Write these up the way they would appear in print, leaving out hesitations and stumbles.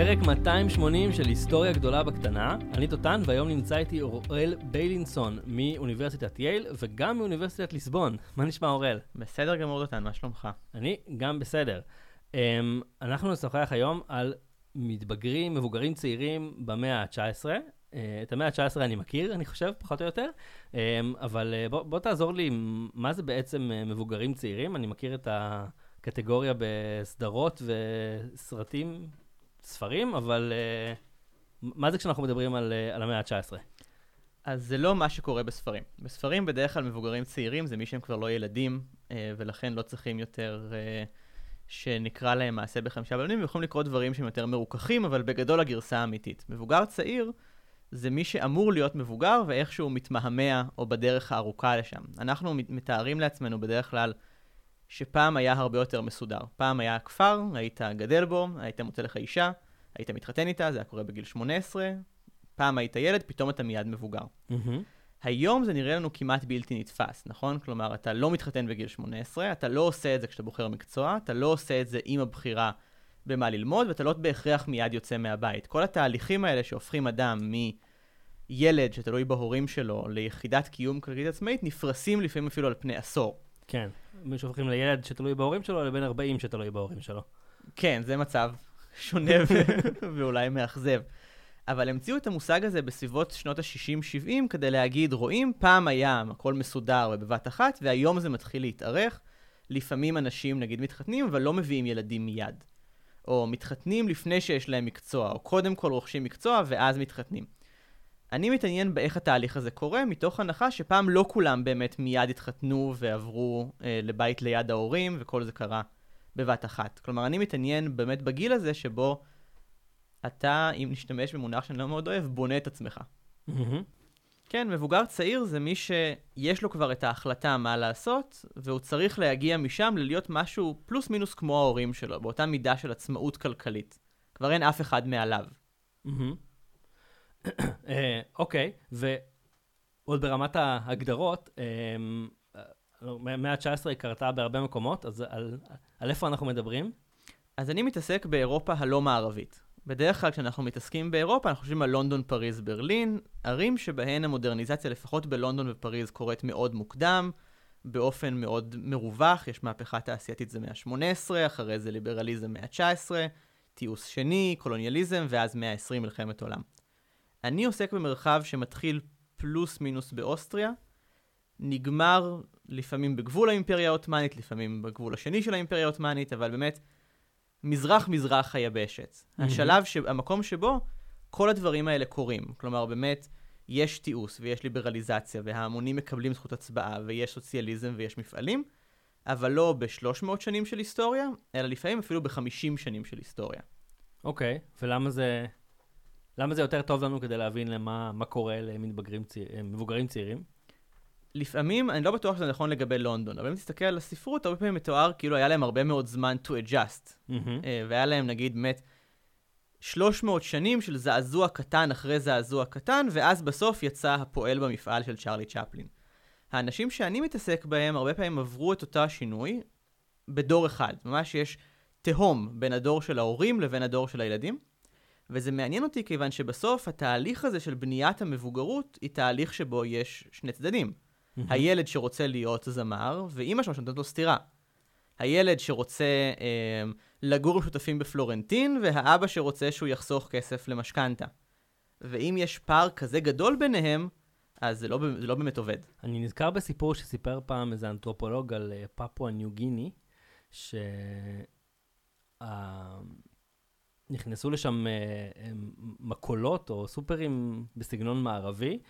פרק 280 של היסטוריה גדולה בקטנה. אני דותן, והיום נמצא איתי אוראל ביילינסון מאוניברסיטת יייל וגם מאוניברסיטת ליסבון. מה נשמע אוראל? בסדר גמור דותן, מה שלומך? אני גם בסדר. אנחנו נשוחח היום על מתבגרים, מבוגרים צעירים במאה ה-19. את המאה ה-19 אני מכיר, אני חושב, פחות או יותר. אבל בוא תעזור לי, מה זה בעצם מבוגרים צעירים? אני מכיר את הקטגוריה בסדרות וסרטים, ספרים, אבל מה זה כשאנחנו מדברים על המאה ה-19? אז זה לא מה שקורה בספרים. בספרים בדרך כלל מבוגרים צעירים זה מי שהם כבר לא ילדים, ולכן לא צריכים יותר שנקרא להם מעשה בחמישה בלונים, ויכולים לקרוא דברים שהם יותר מרוככים, אבל בגדול הגרסה האמיתית. מבוגר צעיר זה מי שאמור להיות מבוגר ואיכשהו מתמהמה או בדרך הארוכה לשם. אנחנו מתארים לעצמנו בדרך כלל שפעם היה הרבה יותר מסודר. פעם היה כפר, היית גדל בו, היית מוצא לך אישה, היית מתחתן איתה, זה היה קורה בגיל 18, פעם היית ילד, פתאום אתה מיד מבוגר. היום זה נראה לנו כמעט בלתי נתפס, נכון? כלומר, אתה לא מתחתן בגיל 18, אתה לא עושה את זה כשאתה בוחר מקצוע, אתה לא עושה את זה עם הבחירה במה ללמוד, ואתה לא בהכרח מיד יוצא מהבית. כל התהליכים האלה שהופכים אדם מילד שתלוי בהורים שלו ליחידת קיום כלכלית עצמאית, נפרסים לפעמים אפילו על פני עשור. כן, מי שהופכים לילד שתלוי בהורים שלו, לבין 40 שתלוי בהורים שלו. כן, זה מצב שונה ואולי מאכזב. אבל המציאו את המושג הזה בסביבות שנות ה-60-70 כדי להגיד, רואים, פעם היה הכל מסודר ובבת אחת, והיום זה מתחיל להתארך. לפעמים אנשים נגיד מתחתנים, אבל לא מביאים ילדים מיד. או מתחתנים לפני שיש להם מקצוע, או קודם כל רוכשים מקצוע ואז מתחתנים. אני מתעניין באיך התהליך הזה קורה, מתוך הנחה שפעם לא כולם באמת מיד התחתנו ועברו לבית ליד ההורים, וכל זה קרה בבת אחת. כלומר, אני מתעניין באמת בגיל הזה שבו אתה, אם נשתמש במונח שאני לא מאוד אוהב, בונה את עצמך. כן, מבוגר צעיר זה מי שיש לו כבר את ההחלטה מה לעשות, והוא צריך להגיע משם ללהיות משהו פלוס מינוס כמו ההורים שלו, באותה מידה של עצמאות כלכלית. כבר אין אף אחד מעליו. אוקיי, ועוד ברמת ההגדרות, המאה ה-19 היא קרתה בהרבה מקומות, אז על איפה אנחנו מדברים? אז אני מתעסק באירופה הלא מערבית. בדרך כלל כשאנחנו מתעסקים באירופה, אנחנו חושבים על לונדון, פריז, ברלין, ערים שבהן המודרניזציה, לפחות בלונדון ופריז, קורית מאוד מוקדם, באופן מאוד מרווח. יש מהפכה תעשייתית זה מאה ה-18, אחרי זה ליברליזם מאה ה-19, תיעוש שני, קולוניאליזם, ואז מאה ה-20 מלחמת עולם. אני עוסק במרחב שמתחיל פלוס מינוס באוסטריה, נגמר לפעמים בגבול האימפריה העות'מאנית, לפעמים בגבול השני של האימפריה העות'מאנית, אבל באמת מזרח היבשת. המקום שבו כל הדברים האלה קורים. כלומר, באמת יש תיעוש ויש ליברליזציה, וההמונים מקבלים זכות הצבעה, ויש סוציאליזם ויש מפעלים, אבל לא ב-300 שנים של היסטוריה, אלא לפעמים אפילו ב-50 שנים של היסטוריה. אוקיי, ולמה זה יותר טוב לנו כדי להבין מה קורה למבוגרים צעירים? לפעמים, אני לא בטוח שזה נכון לגבי לונדון, אבל אם תסתכל על הספרות, הרבה פעמים מתואר כאילו היה להם הרבה מאוד זמן to adjust. והיה להם נגיד באמת 300 שנים של זעזוע קטן אחרי זעזוע קטן, ואז בסוף יצא הפועל במפעל של צ'רלי צ'פלין. האנשים שאני מתעסק בהם הרבה פעמים עברו את אותה שינוי בדור אחד. ממש יש תהום בין הדור של ההורים לבין הדור של הילדים. וזה מעניין אותי כיוון שבסוף התהליך הזה של בניית המבוגרות היא תהליך שבו יש שני צדדים. הילד שרוצה להיות זמר, ואמא שלו שנותנת לו סתירה. הילד שרוצה לגור עם שותפים בפלורנטין, והאבא שרוצה שהוא יחסוך כסף למשכנתה. ואם יש פער כזה גדול ביניהם, אז זה לא באמת עובד. אני נזכר בסיפור שסיפר פעם איזה אנתרופולוג על פפואה ניו גיני, נכנסו לשם מקולות או סופרים בסגנון מערבי,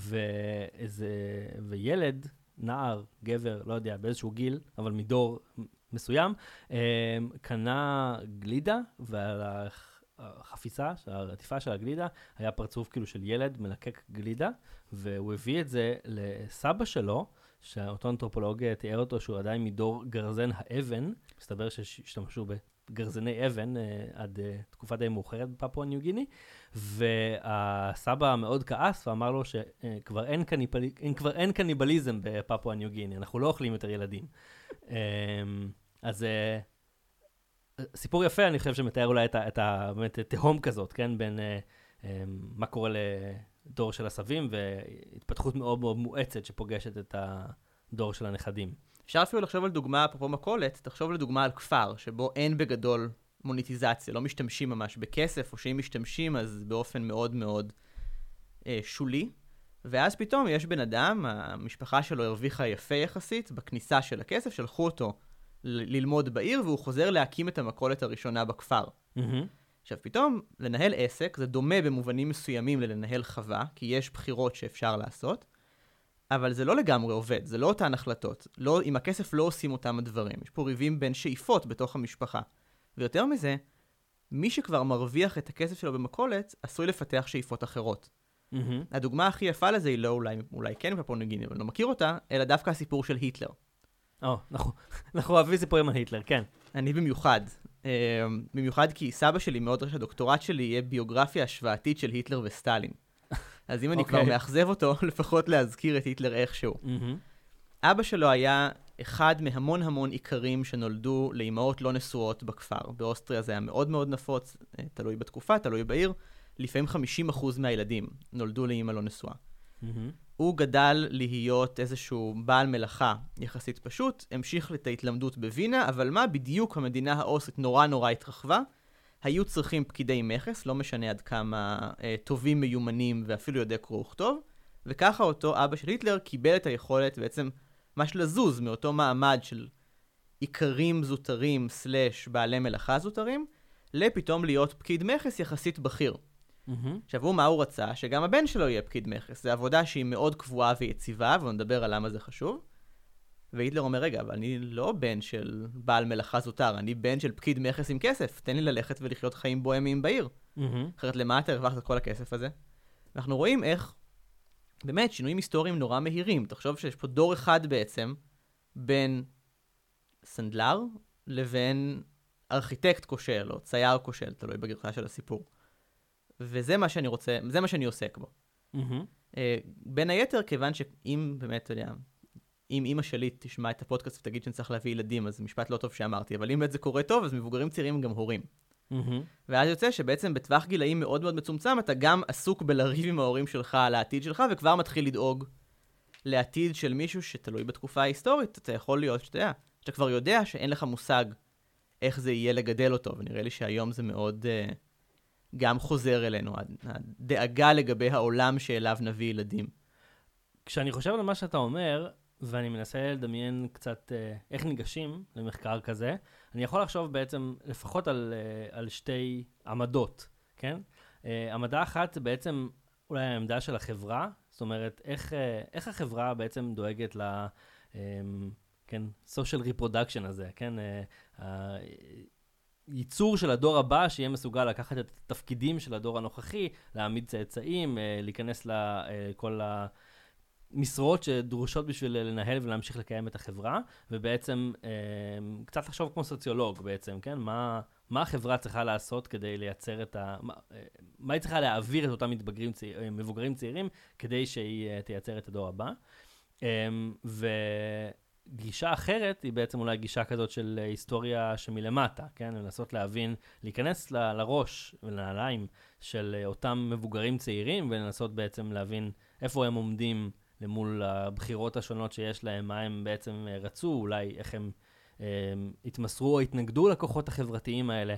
וילד, נער, גבר, לא יודע, באיזשהו גיל, אבל מדור מסוים, קנה גלידה, ועל החפיסה, העטיפה של הגלידה, היה פרצוף כאילו של ילד מלקק גלידה, והוא הביא את זה לסבא שלו, שאותו אנתרופולוג תיאר אותו שהוא עדיין מדור גרזן האבן, מסתבר שהשתמשו גרזני אבן עד תקופה די מאוחרת בפפואה ניו גיני, והסבא מאוד כעס ואמר לו שכבר אין קניבליזם בפפואה ניו גיני, אנחנו לא אוכלים יותר ילדים. אז סיפור יפה, אני חושב שמתאר אולי באמת תהום כזאת, כן? בין מה קורה לדור של הסבים, והתפתחות מאוד מאוד מואצת שפוגשת את הדור של הנכדים. אפשר אפילו לחשוב על דוגמה, אפרופו מכולת, תחשוב לדוגמה על כפר, שבו אין בגדול מוניטיזציה, לא משתמשים ממש בכסף, או שאם משתמשים אז באופן מאוד מאוד שולי, ואז פתאום יש בן אדם, המשפחה שלו הרוויחה יפה יחסית, בכניסה של הכסף, שלחו אותו ללמוד בעיר, והוא חוזר להקים את המכולת הראשונה בכפר. עכשיו, פתאום לנהל עסק, זה דומה במובנים מסוימים ללנהל חווה, כי יש בחירות שאפשר לעשות, אבל זה לא לגמרי עובד, זה לא אותן החלטות. לא, עם הכסף לא עושים אותם הדברים. יש פה ריבים בין שאיפות בתוך המשפחה. ויותר מזה, מי שכבר מרוויח את הכסף שלו במכולת, עשוי לפתח שאיפות אחרות. הדוגמה הכי יפה לזה היא לא אולי כן פפונגיני, אבל לא מכיר אותה, אלא דווקא הסיפור של היטלר. אנחנו אוהבים סיפורים על היטלר, כן. אני במיוחד. במיוחד כי סבא שלי מאוד רצה שהדוקטורט שלי יהיה ביוגרפיה השוואתית של היטלר וסטלין. אז אם אני כבר מאכזב אותו, לפחות להזכיר את היטלר איכשהו. אבא שלו היה אחד מהמון המון עיקרים שנולדו לאימהות לא נשואות בכפר. באוסטריה זה היה מאוד מאוד נפוץ, תלוי בתקופה, תלוי בעיר. לפעמים 50% מהילדים נולדו לאימא לא נשואה. הוא גדל להיות איזשהו בעל מלאכה יחסית פשוט, המשיך את ההתלמדות בווינה, אבל מה בדיוק המדינה האוסטרית נורא נורא התרחבה? היו צריכים פקידי מכס, לא משנה עד כמה טובים מיומנים ואפילו יודע קרוא וכתוב, וככה אותו אבא של היטלר קיבל את היכולת בעצם ממש לזוז מאותו מעמד של עיקרים זוטרים סלש בעלי מלאכה זוטרים, לפתאום להיות פקיד מכס יחסית בכיר. עכשיו הוא מה הוא רצה? שגם הבן שלו יהיה פקיד מכס. זו עבודה שהיא מאוד קבועה ויציבה, ונדבר על למה זה חשוב. והיטלר אומר, רגע, אבל אני לא בן של בעל מלאכה זוטר, אני בן של פקיד מכס עם כסף. תן לי ללכת ולחיות חיים בוהמיים בעיר. אחרת למה אתה הרווחת את כל הכסף הזה? אנחנו רואים איך, באמת, שינויים היסטוריים נורא מהירים. תחשוב שיש פה דור אחד בעצם, בין סנדלר לבין ארכיטקט כושל, או צייר כושל, תלוי בגרסה של הסיפור. וזה מה שאני רוצה, זה מה שאני עוסק בו. בין היתר, כיוון שאם באמת, אתה יודע, אם אמא שלי תשמע את הפודקאסט ותגיד שאני צריך להביא ילדים, אז זה משפט לא טוב שאמרתי, אבל אם באמת זה קורה טוב, אז מבוגרים צעירים הם גם הורים. ואז יוצא שבעצם בטווח גילאים מאוד מאוד מצומצם, אתה גם עסוק בלריב עם ההורים שלך על העתיד שלך, וכבר מתחיל לדאוג לעתיד של מישהו שתלוי בתקופה ההיסטורית. אתה יכול להיות שאתה כבר יודע שאין לך מושג איך זה יהיה לגדל אותו, ונראה לי שהיום זה מאוד גם חוזר אלינו, הדאגה לגבי העולם שאליו נביא ילדים. כשאני חושב על מה שאתה אומר, ואני מנסה לדמיין קצת איך ניגשים למחקר כזה, אני יכול לחשוב בעצם לפחות על שתי עמדות, כן? עמדה אחת זה בעצם אולי העמדה של החברה, זאת אומרת, איך החברה בעצם דואגת כן, social reproduction הזה, כן? ייצור של הדור הבא שיהיה מסוגל לקחת את התפקידים של הדור הנוכחי, להעמיד צאצאים, להיכנס לכל המשרות שדרושות בשביל לנהל ולהמשיך לקיים את החברה, ובעצם קצת לחשוב כמו סוציולוג בעצם, כן? מה החברה צריכה לעשות כדי לייצר מה היא צריכה להעביר את אותם מבוגרים צעירים כדי שהיא תייצר את הדור הבא. גישה אחרת היא בעצם אולי גישה כזאת של היסטוריה שמלמטה, כן? לנסות להבין, להיכנס לראש ולנעליים של אותם מבוגרים צעירים, ולנסות בעצם להבין איפה הם עומדים למול הבחירות השונות שיש להם, מה הם בעצם רצו, אולי איך הם התמסרו או התנגדו לכוחות החברתיים האלה.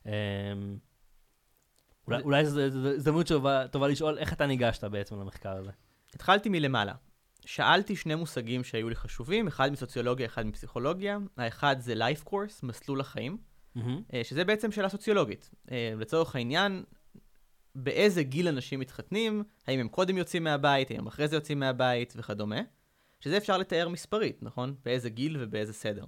אולי זו הזדמנות טובה לשאול איך אתה ניגשת בעצם למחקר הזה. התחלתי מלמעלה. שאלתי שני מושגים שהיו לי חשובים, אחד מסוציולוגיה, אחד מפסיכולוגיה. האחד זה life course, מסלול החיים, שזה בעצם שאלה סוציולוגית. לצורך העניין, באיזה גיל אנשים מתחתנים, האם הם קודם יוצאים מהבית, האם הם אחרי זה יוצאים מהבית וכדומה, שזה אפשר לתאר מספרית, נכון? באיזה גיל ובאיזה סדר.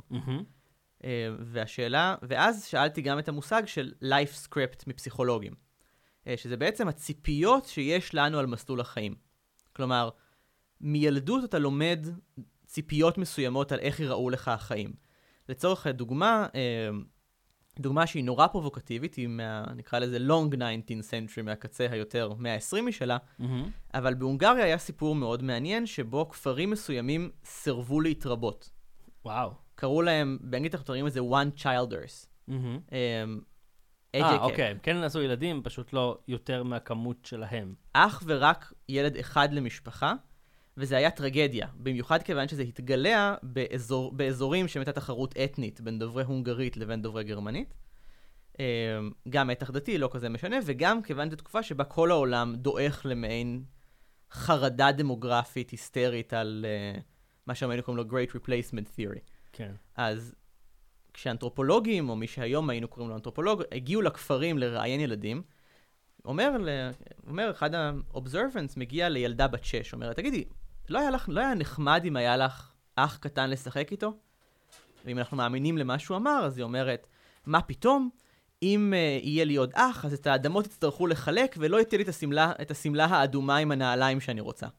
ואז שאלתי גם את המושג של life script מפסיכולוגים, שזה בעצם הציפיות שיש לנו על מסלול החיים. כלומר, מילדות אתה לומד ציפיות מסוימות על איך יראו לך החיים. לצורך הדוגמה, דוגמה שהיא נורא פרובוקטיבית, היא נקרא לזה long 19th century, מהקצה היותר 120 משלה, אבל בהונגריה היה סיפור מאוד מעניין, שבו כפרים מסוימים סירבו להתרבות. וואו. קראו להם, באנגלית אנחנו קוראים לזה one childers. אוקיי, כן נעשו ילדים, פשוט לא יותר מהכמות שלהם. אך ורק ילד אחד למשפחה, וזה היה טרגדיה, במיוחד כיוון שזה התגלע באזורים שהייתה תחרות אתנית בין דוברי הונגרית לבין דוברי גרמנית. גם מתח דתי, לא כזה משנה, וגם כיוון זו תקופה שבה כל העולם דועך למעין חרדה דמוגרפית היסטרית על מה שהיינו קוראים לו Great Replacement Theory. כן. אז כשאנתרופולוגים, או מי שהיום היינו קוראים לו אנתרופולוג, הגיעו לכפרים לראיין ילדים, אומר אחד ה-observants מגיע לילדה בת 6, אומר, תגידי, לא היה נחמד אם היה לך אח קטן לשחק איתו? ואם אנחנו מאמינים למה שהוא אמר, אז היא אומרת, מה פתאום? אם יהיה לי עוד אח, אז את האדמות יצטרכו לחלק, ולא יתהיה לי את הסמלה האדומה עם הנעליים שאני רוצה.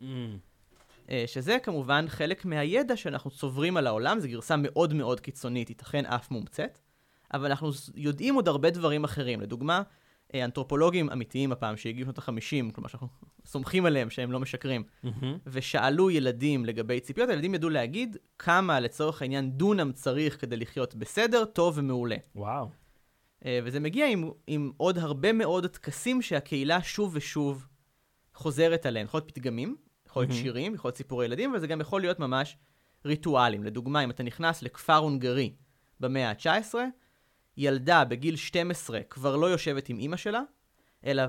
שזה כמובן חלק מהידע שאנחנו צוברים על העולם, זו גרסה מאוד מאוד קיצונית, ייתכן אף מומצאת, אבל אנחנו יודעים עוד הרבה דברים אחרים. לדוגמה, אנתרופולוגים אמיתיים הפעם שהגיעו שנות ה-50, כלומר שאנחנו סומכים עליהם שהם לא משקרים, ושאלו ילדים לגבי ציפיות, הילדים ידעו להגיד כמה לצורך העניין דונם צריך כדי לחיות בסדר, טוב ומעולה. וואו. וזה מגיע עם עוד הרבה מאוד טקסים שהקהילה שוב ושוב חוזרת עליהם. יכול להיות פתגמים, יכול להיות שירים, יכול להיות סיפורי ילדים, וזה גם יכול להיות ממש ריטואלים. לדוגמה, אם אתה נכנס לכפר הונגרי במאה ה-19, ילדה בגיל 12 כבר לא יושבת עם אמא שלה, אלא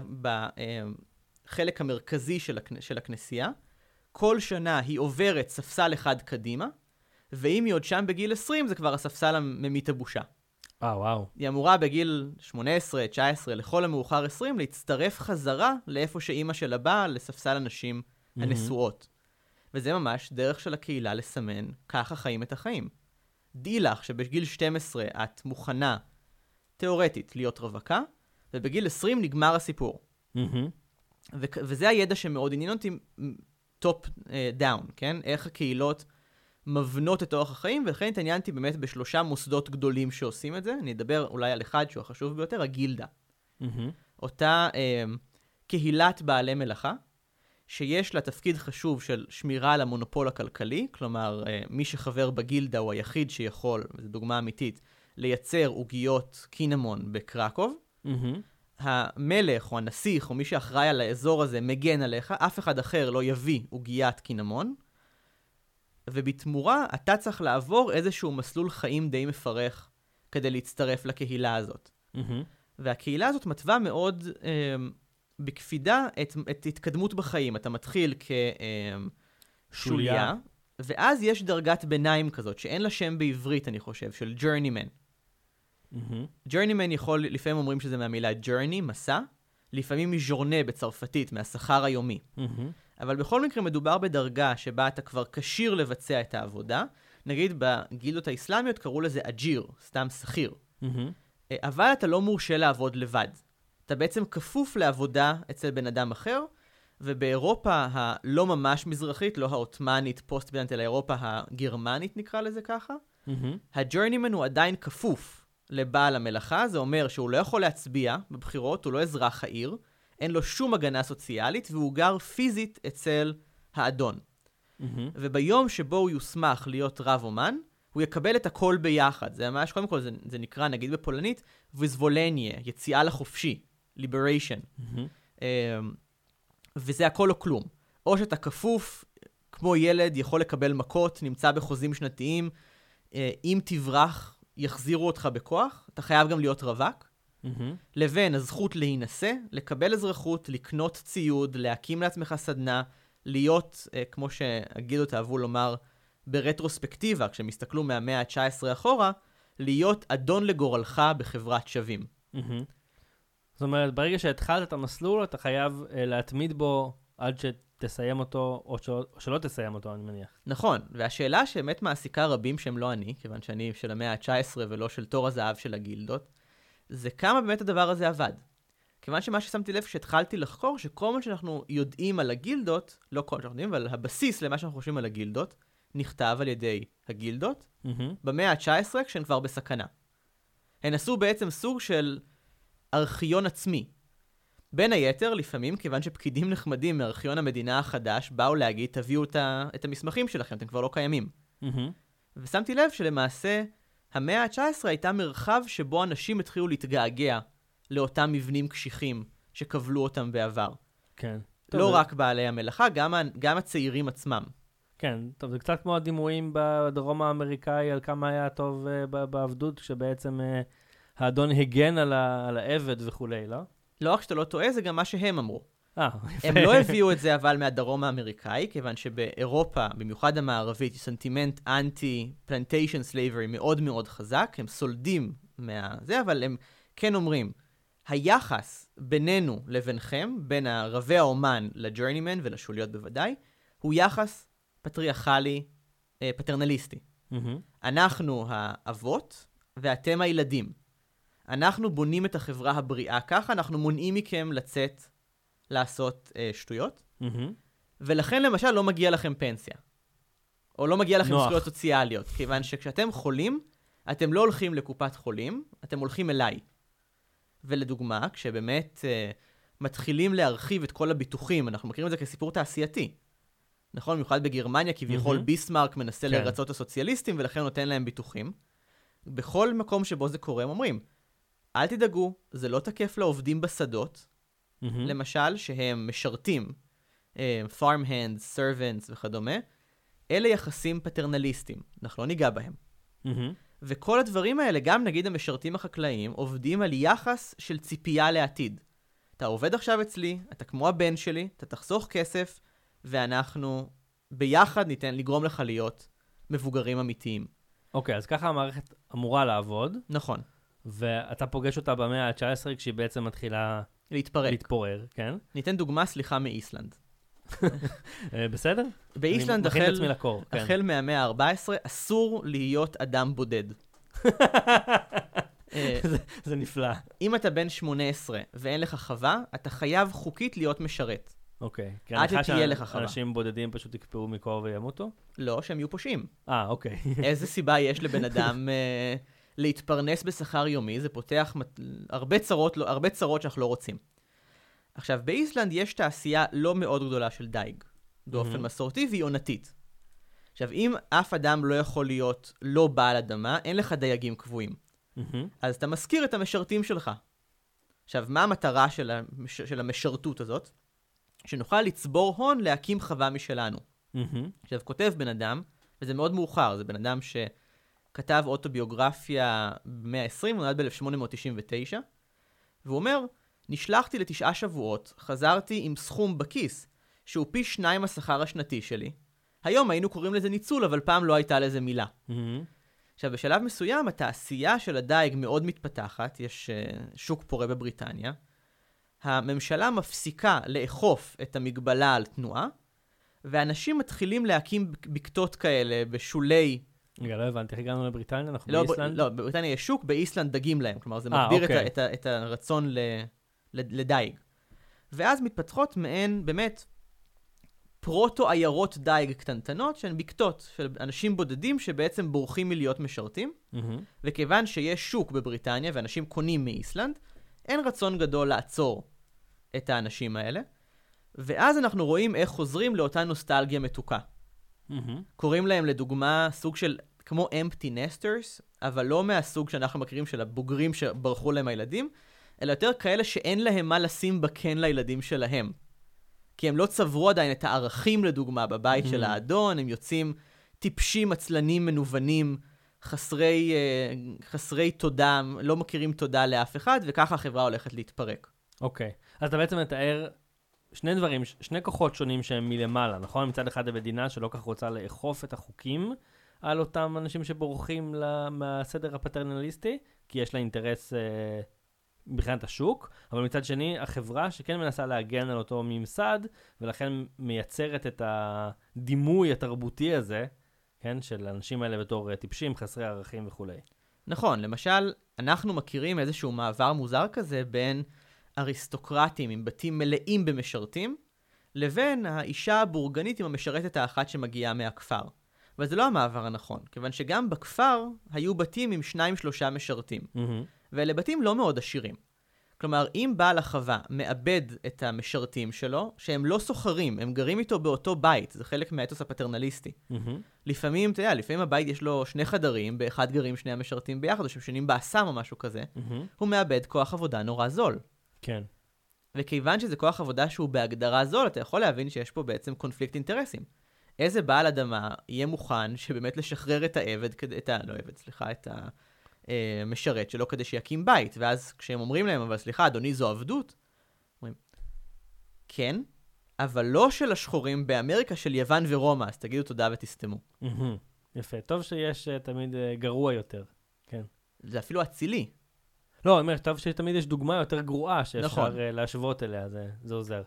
בחלק המרכזי של הכנסייה. כל שנה היא עוברת ספסל אחד קדימה, ואם היא עוד שם בגיל 20, זה כבר הספסל הממית הבושה. וואו. היא אמורה בגיל 18, 19, לכל המאוחר 20, להצטרף חזרה לאיפה שאמא שלה באה, לספסל הנשים הנשואות. וזה ממש דרך של הקהילה לסמן, ככה חיים את החיים. דעי לך שבגיל 12 את מוכנה, תיאורטית, להיות רווקה, ובגיל 20 נגמר הסיפור. וזה הידע שמאוד עניין אותי טופ דאון, כן? איך הקהילות מבנות את אורח החיים, ולכן התעניינתי באמת בשלושה מוסדות גדולים שעושים את זה. אני אדבר אולי על אחד שהוא החשוב ביותר, הגילדה. אותה קהילת בעלי מלאכה, שיש לה תפקיד חשוב של שמירה על המונופול הכלכלי, כלומר, מי שחבר בגילדה הוא היחיד שיכול, וזו דוגמה אמיתית, לייצר עוגיות קינמון בקרקוב. המלך או הנסיך או מי שאחראי על האזור הזה מגן עליך, אף אחד אחר לא יביא עוגיית קינמון, ובתמורה אתה צריך לעבור איזשהו מסלול חיים די מפרך כדי להצטרף לקהילה הזאת. והקהילה הזאת מתווה מאוד בקפידה את התקדמות בחיים. אתה מתחיל כשוליה, ואז יש דרגת ביניים כזאת, שאין לה שם בעברית, אני חושב, של journeyman. journeyman יכול, לפעמים אומרים שזה מהמילה journey, מסע, לפעמים מז'ורנה בצרפתית, מהשכר היומי. אבל בכל מקרה מדובר בדרגה שבה אתה כבר כשיר לבצע את העבודה. נגיד בגילדות האסלאמיות קראו לזה אג'יר, סתם שכיר. אבל אתה לא מורשה לעבוד לבד. אתה בעצם כפוף לעבודה אצל בן אדם אחר, ובאירופה הלא ממש מזרחית, לא האוטמנית, פוסט-ביזנטית, אלא אירופה הגרמנית נקרא לזה ככה, הג'ורנימן הוא עדיין כפוף לבעל המלאכה, זה אומר שהוא לא יכול להצביע בבחירות, הוא לא אזרח העיר, אין לו שום הגנה סוציאלית, והוא גר פיזית אצל האדון. וביום שבו הוא יוסמך להיות רב אומן, הוא יקבל את הכל ביחד. זה ממש, קודם כל, זה נקרא, נגיד בפולנית, ויזבולניה, יציאה לחופשי, liberation. וזה הכל או כלום. או שאתה כפוף, כמו ילד, יכול לקבל מכות, נמצא בחוזים שנתיים, אם תברח, יחזירו אותך בכוח, אתה חייב גם להיות רווק, לבין הזכות להינשא, לקבל אזרחות, לקנות ציוד, להקים לעצמך סדנה, להיות, כמו שהגילדות אהבו לומר, ברטרוספקטיבה, כשהם מהמאה ה-19 אחורה, להיות אדון לגורלך בחברת שווים. זאת אומרת, ברגע שהתחלת את המסלול, אתה חייב להתמיד בו עד שתסיים אותו, או שלא תסיים אותו, אני מניח. נכון, והשאלה שבאמת מעסיקה רבים שהם לא אני, כיוון שאני של המאה ה-19 ולא של תור הזהב של הגילדות, זה כמה באמת הדבר הזה עבד. כיוון שמה ששמתי לב שהתחלתי לחקור, שכל מה שאנחנו יודעים על הגילדות, לא כל מה שאנחנו יודעים, אבל הבסיס למה שאנחנו חושבים על הגילדות, נכתב על ידי הגילדות, במאה ה-19 כשהן כבר בסכנה. הן עשו בעצם סוג של ארכיון עצמי. בין היתר, לפעמים, כיוון שפקידים נחמדים מארכיון המדינה החדש, באו להגיד, תביאו את המסמכים שלכם, אתם כבר לא קיימים. ושמתי לב שלמעשה, המאה ה-19 הייתה מרחב שבו אנשים התחילו להתגעגע לאותם מבנים קשיחים שקבלו אותם בעבר. כן. לא רק בעלי המלאכה, גם הצעירים עצמם. כן, טוב, זה קצת כמו הדימויים בדרום האמריקאי על כמה היה טוב בעבדות, כשבעצם האדון הגן על העבד וכולי, לא? לא רק שאתה לא טועה, זה גם מה שהם אמרו. יפה. הם לא הביאו את זה אבל מהדרום האמריקאי, כיוון שבאירופה, במיוחד המערבית, יש סנטימנט אנטי-פלנטיישן סלייברי מאוד מאוד חזק, הם סולדים מהזה, אבל הם כן אומרים, היחס בינינו לבינכם, בין רבי האומן לג'רנימן ולשוליות בוודאי, הוא יחס פטריארכלי, פטרנליסטי. אנחנו האבות ואתם הילדים. אנחנו בונים את החברה הבריאה ככה, אנחנו מונעים מכם לצאת לעשות שטויות, ולכן למשל לא מגיע לכם פנסיה. או לא מגיע לכם זכויות סוציאליות, כיוון שכשאתם חולים, אתם לא הולכים לקופת חולים, אתם הולכים אליי. ולדוגמה, כשבאמת מתחילים להרחיב את כל הביטוחים, אנחנו מכירים את זה כסיפור תעשייתי. נכון, במיוחד בגרמניה, כביכול ביסמרק מנסה לרצות הסוציאליסטים, ולכן נותן להם ביטוחים. בכל מקום שבו זה קורה, הם אומרים, אל תדאגו, זה לא תקף לעובדים בשדות, למשל, שהם משרתים, farm hands, servants וכדומה, אלה יחסים פטרנליסטיים, אנחנו לא ניגע בהם. וכל הדברים האלה, גם נגיד המשרתים החקלאיים, עובדים על יחס של ציפייה לעתיד. אתה עובד עכשיו אצלי, אתה כמו הבן שלי, אתה תחסוך כסף, ואנחנו ביחד ניתן לגרום לך להיות מבוגרים אמיתיים. אוקיי, אז ככה המערכת אמורה לעבוד. נכון. ואתה פוגש אותה במאה ה-19 כשהיא בעצם מתחילה להתפורר, כן? ניתן דוגמה, סליחה, מאיסלנד. בסדר? באיסלנד החל מהמאה ה-14 אסור להיות אדם בודד. זה נפלא. אם אתה בן 18 ואין לך חווה, אתה חייב חוקית להיות משרת. אוקיי. עד שתהיה לך חווה. אנשים בודדים פשוט יקפאו מקור וימותו? לא, שהם יהיו פושעים. אוקיי. איזה סיבה יש לבן אדם להתפרנס בשכר יומי? זה פותח הרבה צרות שאנחנו לא רוצים. עכשיו, באיסלנד יש תעשייה לא מאוד גדולה של דייג, באופן מסורתי והיא עונתית. עכשיו, אם אף אדם לא יכול להיות לא בעל אדמה, אין לך דייגים קבועים. אז אתה מזכיר את המשרתים שלך. עכשיו, מה המטרה של המשרתות הזאת? שנוכל לצבור הון להקים חווה משלנו. עכשיו, כותב בן אדם, וזה מאוד מאוחר, זה בן אדם שכתב אוטוביוגרפיה במאה ה-20, הוא נולד ב-1899, והוא אומר, נשלחתי ל9 שבועות, חזרתי עם סכום בכיס, שהוא פי 2 השכר השנתי שלי. היום היינו קוראים לזה ניצול, אבל פעם לא הייתה לזה מילה. עכשיו, בשלב מסוים, התעשייה של הדייג מאוד מתפתחת, יש שוק פורה בבריטניה, הממשלה מפסיקה לאכוף את המגבלה על תנועה, ואנשים מתחילים להקים בקתות כאלה בשולי... רגע, לא הבנתי, איך הגענו לבריטניה? אנחנו באיסלנד? לא, בבריטניה יש שוק, באיסלנד דגים להם, כלומר זה מגביר את הרצון לדייג. ואז מתפתחות מהן באמת פרוטו-עיירות דייג קטנטנות, שהן בקתות של אנשים בודדים שבעצם בורחים מלהיות משרתים, וכיוון שיש שוק בבריטניה ואנשים קונים מאיסלנד, אין רצון גדול לעצור את האנשים האלה, ואז אנחנו רואים איך חוזרים לאותה נוסטלגיה מתוקה. קוראים להם לדוגמה סוג של, כמו empty nesters, אבל לא מהסוג שאנחנו מכירים של הבוגרים שברחו להם הילדים, אלא יותר כאלה שאין להם מה לשים בקן לילדים שלהם. כי הם לא צברו עדיין את הערכים לדוגמה בבית של האדון, הם יוצאים טיפשים, עצלנים, מנוונים, חסרי תודה, לא מכירים תודה לאף אחד, וככה החברה הולכת להתפרק. אוקיי. אז אתה בעצם מתאר שני דברים, שני כוחות שונים שהם מלמעלה, נכון? מצד אחד המדינה שלא כך רוצה לאכוף את החוקים על אותם אנשים שבורחים מהסדר הפטרנליסטי, כי יש לה אינטרס מבחינת השוק, אבל מצד שני, החברה שכן מנסה להגן על אותו ממסד, ולכן מייצרת את הדימוי התרבותי הזה, כן, של האנשים האלה בתור טיפשים, חסרי ערכים וכו'. נכון, למשל, אנחנו מכירים איזשהו מעבר מוזר כזה בין אריסטוקרטים עם בתים מלאים במשרתים, לבין האישה הבורגנית עם המשרתת האחת שמגיעה מהכפר. אבל זה לא המעבר הנכון, כיוון שגם בכפר היו בתים עם 2-3 משרתים. ואלה בתים לא מאוד עשירים. כלומר, אם בעל החווה מאבד את המשרתים שלו, שהם לא סוחרים, הם גרים איתו באותו בית, זה חלק מהאתוס הפטרנליסטי. לפעמים, אתה יודע, לפעמים הבית יש לו 2 חדרים, באחד גרים 2 המשרתים ביחד, או שהם שונים באסם או משהו כזה, הוא מאבד כוח עבודה נורא זול. כן. וכיוון שזה כוח עבודה שהוא בהגדרה זול, אתה יכול להבין שיש פה בעצם קונפליקט אינטרסים. איזה בעל אדמה יהיה מוכן שבאמת לשחרר את את המשרת שלו כדי שיקים בית, ואז כשהם אומרים להם, אבל סליחה, אדוני, זו עבדות, אומרים, כן, אבל לא של השחורים באמריקה, של יוון ורומא, אז תגידו תודה ותסתמו. יפה, טוב שיש תמיד גרוע יותר, כן. זה אפילו אצילי. לא, אני אומר, טוב שתמיד יש דוגמה יותר גרועה שאפשר להשוות אליה, זה עוזר.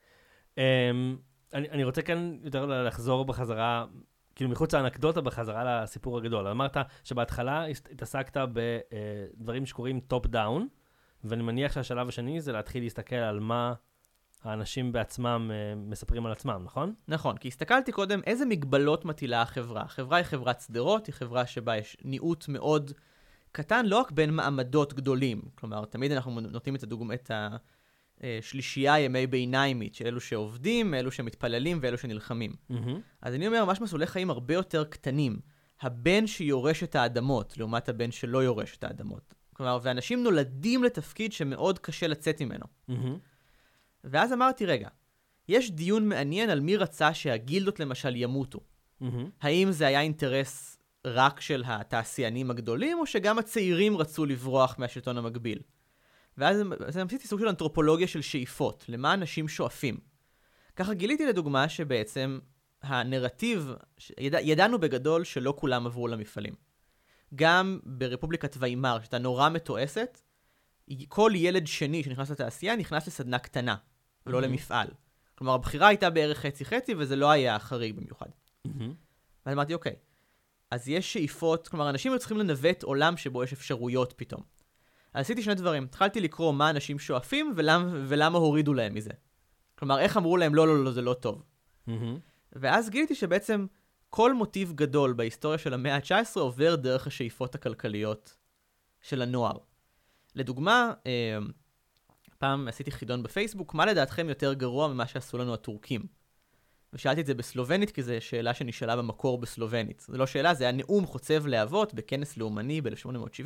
אני רוצה כאן יותר לחזור בחזרה, כאילו מחוץ לאנקדוטה בחזרה לסיפור הגדול. אמרת שבהתחלה התעסקת בדברים שקוראים טופ דאון, ואני מניח שהשלב השני זה להתחיל להסתכל על מה האנשים בעצמם מספרים על עצמם, נכון? נכון, כי הסתכלתי קודם איזה מגבלות מטילה החברה. החברה היא חברת סדרות, היא חברה שבה יש ניעות מאוד קטן, לא רק בין מעמדות גדולים. כלומר, תמיד אנחנו נותנים את הדוגמה, את השלישייה ימי ביניימית, של אלו שעובדים, אלו שמתפללים ואלו שנלחמים. אז אני אומר, ממש מסלולי חיים הרבה יותר קטנים. הבן שיורש את האדמות, לעומת הבן שלא יורש את האדמות. כלומר, ואנשים נולדים לתפקיד שמאוד קשה לצאת ממנו. ואז אמרתי, רגע, יש דיון מעניין על מי רצה שהגילדות למשל ימותו. האם זה היה אינטרס רק של התעשיינים הגדולים, או שגם הצעירים רצו לברוח מהשלטון המקביל? ואז עשיתי סוג של אנתרופולוגיה של שאיפות, למה אנשים שואפים. ככה גיליתי לדוגמה שבעצם הנרטיב, ידענו בגדול שלא כולם עברו למפעלים. גם ברפובליקת ויימר, שהייתה נורא מתועסת, כל ילד שני שנכנס לתעשייה נכנס לסדנה קטנה, ולא למפעל. כלומר, הבחירה הייתה בערך חצי-חצי, וזה לא היה חריג במיוחד. ואז אמרתי, אוקיי, אז יש שאיפות, כלומר, אנשים היו צריכים לנווט עולם שבו יש אפשרויות פתאום. אז עשיתי 2 דברים. התחלתי לקרוא מה אנשים שואפים, ולמה הורידו להם מזה. כלומר, איך אמרו להם, לא, זה לא טוב. ואז גיליתי שבעצם כל מוטיב גדול בהיסטוריה של המאה ה-19 עובר דרך השאיפות הכלכליות של הנוער. לדוגמה, פעם עשיתי חידון בפייסבוק, מה לדעתכם יותר גרוע ממה שעשו לנו הטורקים? ושאלתי את זה בסלובנית, כי זו שאלה שנשאלה במקור בסלובנית. זו לא שאלה, זה היה נאום חוצב להבות בכנס לאומני ב-1870,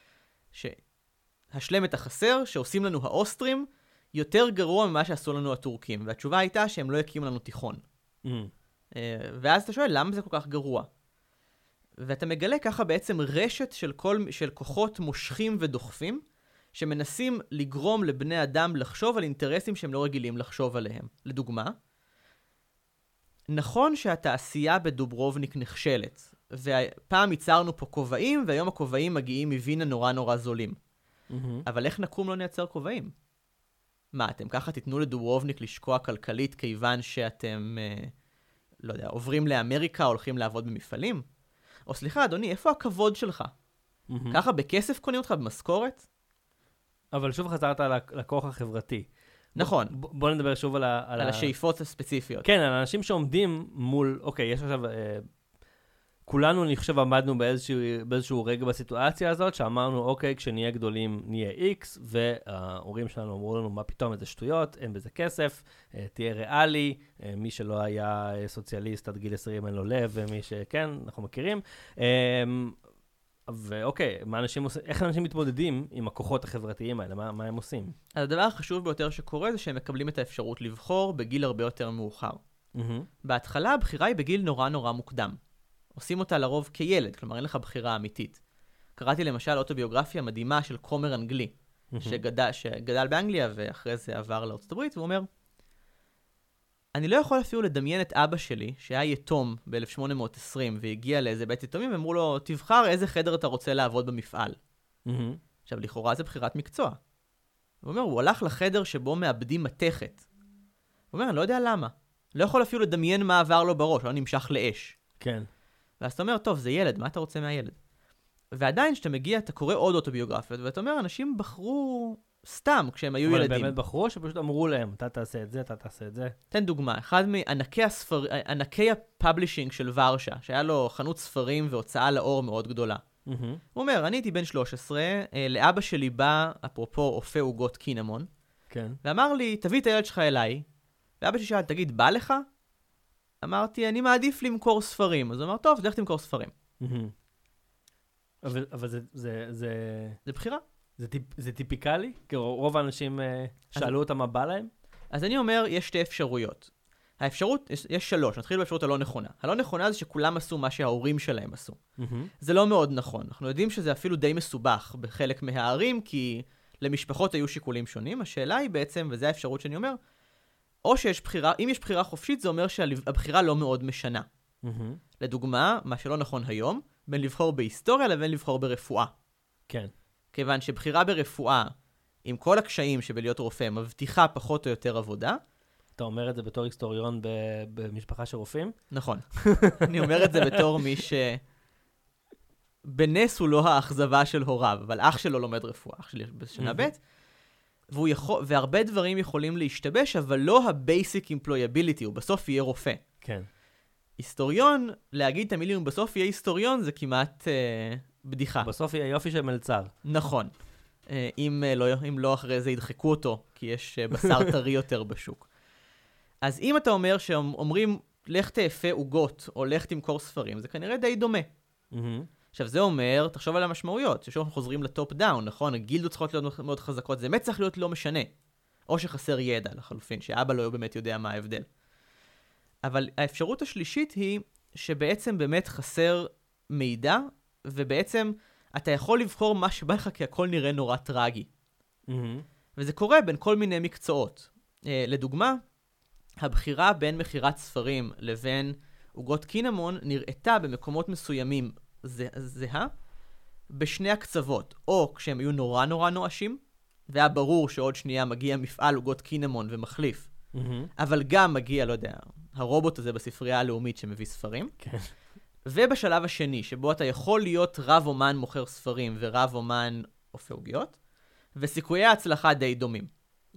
שהשלם את החסר, שעושים לנו האוסטרים, יותר גרוע ממה שעשו לנו הטורקים. והתשובה הייתה שהם לא יקימו לנו תיכון. ואז אתה שואל, למה זה כל כך גרוע? ואתה מגלה ככה בעצם רשת של כוחות מושכים ודוחפים, שמנסים לגרום לבני אדם לחשוב על אינטרסים שהם לא רגילים לחשוב עליהם. לדוגמה, נכון שהתעשייה בדוברובניק נכשלת, ופעם ייצרנו פה כובעים, והיום הכובעים מגיעים מווינה נורא זולים. אבל איך נקום לא נייצר כובעים? מה, אתם ככה תיתנו לדוברובניק לשקוע כלכלית כיוון שאתם, לא יודע, עוברים לאמריקה או הולכים לעבוד במפעלים? או סליחה, אדוני, איפה הכבוד שלך? ככה בכסף קונים אותך במשכורת? אבל שוב חזרת לכוח החברתי. נכון. בוא נדבר שוב על השאיפות הספציפיות. כן, על האנשים שעומדים מול, אוקיי, יש עכשיו, כולנו, אני חושב, עמדנו באיזשהו רגע בסיטואציה הזאת, שאמרנו, אוקיי, כשנהיה גדולים נהיה X, וההורים שלנו אמרו לנו, מה פתאום, איזה שטויות, אין בזה כסף, תהיה ריאלי, מי שלא היה סוציאליסט עד גיל 20 אין לו לב, ומי שכן, אנחנו מכירים. ואוקיי, איך אנשים מתמודדים עם הכוחות החברתיים האלה? מה הם עושים? אז הדבר החשוב ביותר שקורה זה שהם מקבלים את האפשרות לבחור בגיל הרבה יותר מאוחר. בהתחלה הבחירה היא בגיל נורא מוקדם. עושים אותה לרוב כילד, כלומר אין לך בחירה אמיתית. קראתי למשל אוטוביוגרפיה מדהימה של כומר אנגלי, שגדל באנגליה ואחרי זה עבר לארצות הברית, והוא אומר, אני לא יכול אפילו לדמיין את אבא שלי, שהיה יתום ב-1820 והגיע לאיזה בית יתומים, ואמרו לו, תבחר איזה חדר אתה רוצה לעבוד במפעל. עכשיו, לכאורה זה בחירת מקצוע. הוא אומר, הוא הלך לחדר שבו מאבדים מתכת. הוא אומר, אני לא יודע למה. לא יכול אפילו לדמיין מה עבר לו בראש, לא נמשך לאש. כן. ואז אתה אומר, טוב, זה ילד, מה אתה רוצה מהילד? ועדיין, כשאתה מגיע, אתה קורא עוד אוטוביוגרפיות, ואתה אומר, אנשים בחרו סתם כשהם היו ילדים. אבל באמת בחרו שפשוט אמרו להם, אתה תעשה את זה, אתה תעשה את זה. תן דוגמה, אחד מענקי הפאבלישינג של ורשה, שהיה לו חנות ספרים והוצאה לאור מאוד גדולה. הוא אומר, אני הייתי בן 13, לאבא שלי בא, אפרופו אופה עוגות קינמון, כן. ואמר לי, תביא את הילד שלך אליי, ואבא שלי שאל, תגיד, בא לך? אמרתי, אני מעדיף למכור ספרים. אז הוא אמר, טוב, תלך תמכור ספרים. אבל זה בחירה. זה טיפיקלי? כי רוב האנשים שאלו אותם מה בא להם? אז אני אומר, יש שתי אפשרויות. האפשרות, יש 3, נתחיל באפשרות הלא נכונה. הלא נכונה זה שכולם עשו מה שההורים שלהם עשו. זה לא מאוד נכון. אנחנו יודעים שזה אפילו די מסובך בחלק מהערים, כי למשפחות היו שיקולים שונים. השאלה היא בעצם, וזו האפשרות שאני אומר, או שיש בחירה, אם יש בחירה חופשית, זה אומר שהבחירה לא מאוד משנה. לדוגמה, מה שלא נכון היום, בין לבחור בהיסטוריה לבין לבחור ברפואה. כן. כיוון שבחירה ברפואה, עם כל הקשיים שבלהיות רופא, מבטיחה פחות או יותר עבודה. אתה אומר את זה בתור היסטוריון במשפחה של רופאים? נכון. אני אומר את זה בתור מי בנס הוא לא האכזבה של הוריו, אבל אח שלו לומד רפואה, אח שלי בשנה ב', והרבה דברים יכולים להשתבש, אבל לא ה-basic employability, הוא בסוף יהיה רופא. כן. היסטוריון, להגיד את המילים, בסוף יהיה היסטוריון, זה כמעט בדיחה. בסוף יהיה יופי של מלצר. נכון. אם לא אחרי זה ידחקו אותו, כי יש בשר טרי יותר בשוק. אז אם אתה אומר שאומרים, לך תאפה עוגות, או לך תמכור ספרים, זה כנראה די דומה. עכשיו, זה אומר, תחשוב על המשמעויות, ששוב אנחנו חוזרים לטופ דאון, נכון? הגילדות צריכות להיות מאוד חזקות, זה באמת צריך להיות לא משנה. או שחסר ידע לחלופין, שאבא לא באמת יודע מה ההבדל. אבל האפשרות השלישית היא שבעצם באמת חסר מידע, ובעצם אתה יכול לבחור מה שבא לך, כי הכל נראה נורא טרגי. וזה קורה בין כל מיני מקצועות. לדוגמה, הבחירה בין מחירת ספרים לבין עוגות קינמון נראתה במקומות מסוימים זהה, בשני הקצוות, או כשהם היו נורא נורא נואשים, והיה ברור שעוד שנייה מגיע מפעל עוגות קינמון ומחליף, אבל גם מגיע, לא יודע, הרובוט הזה בספרייה הלאומית שמביא ספרים, כן. ובשלב השני, שבו אתה יכול להיות רב אומן מוכר ספרים ורב אומן אופה עוגיות, וסיכויי ההצלחה די דומים.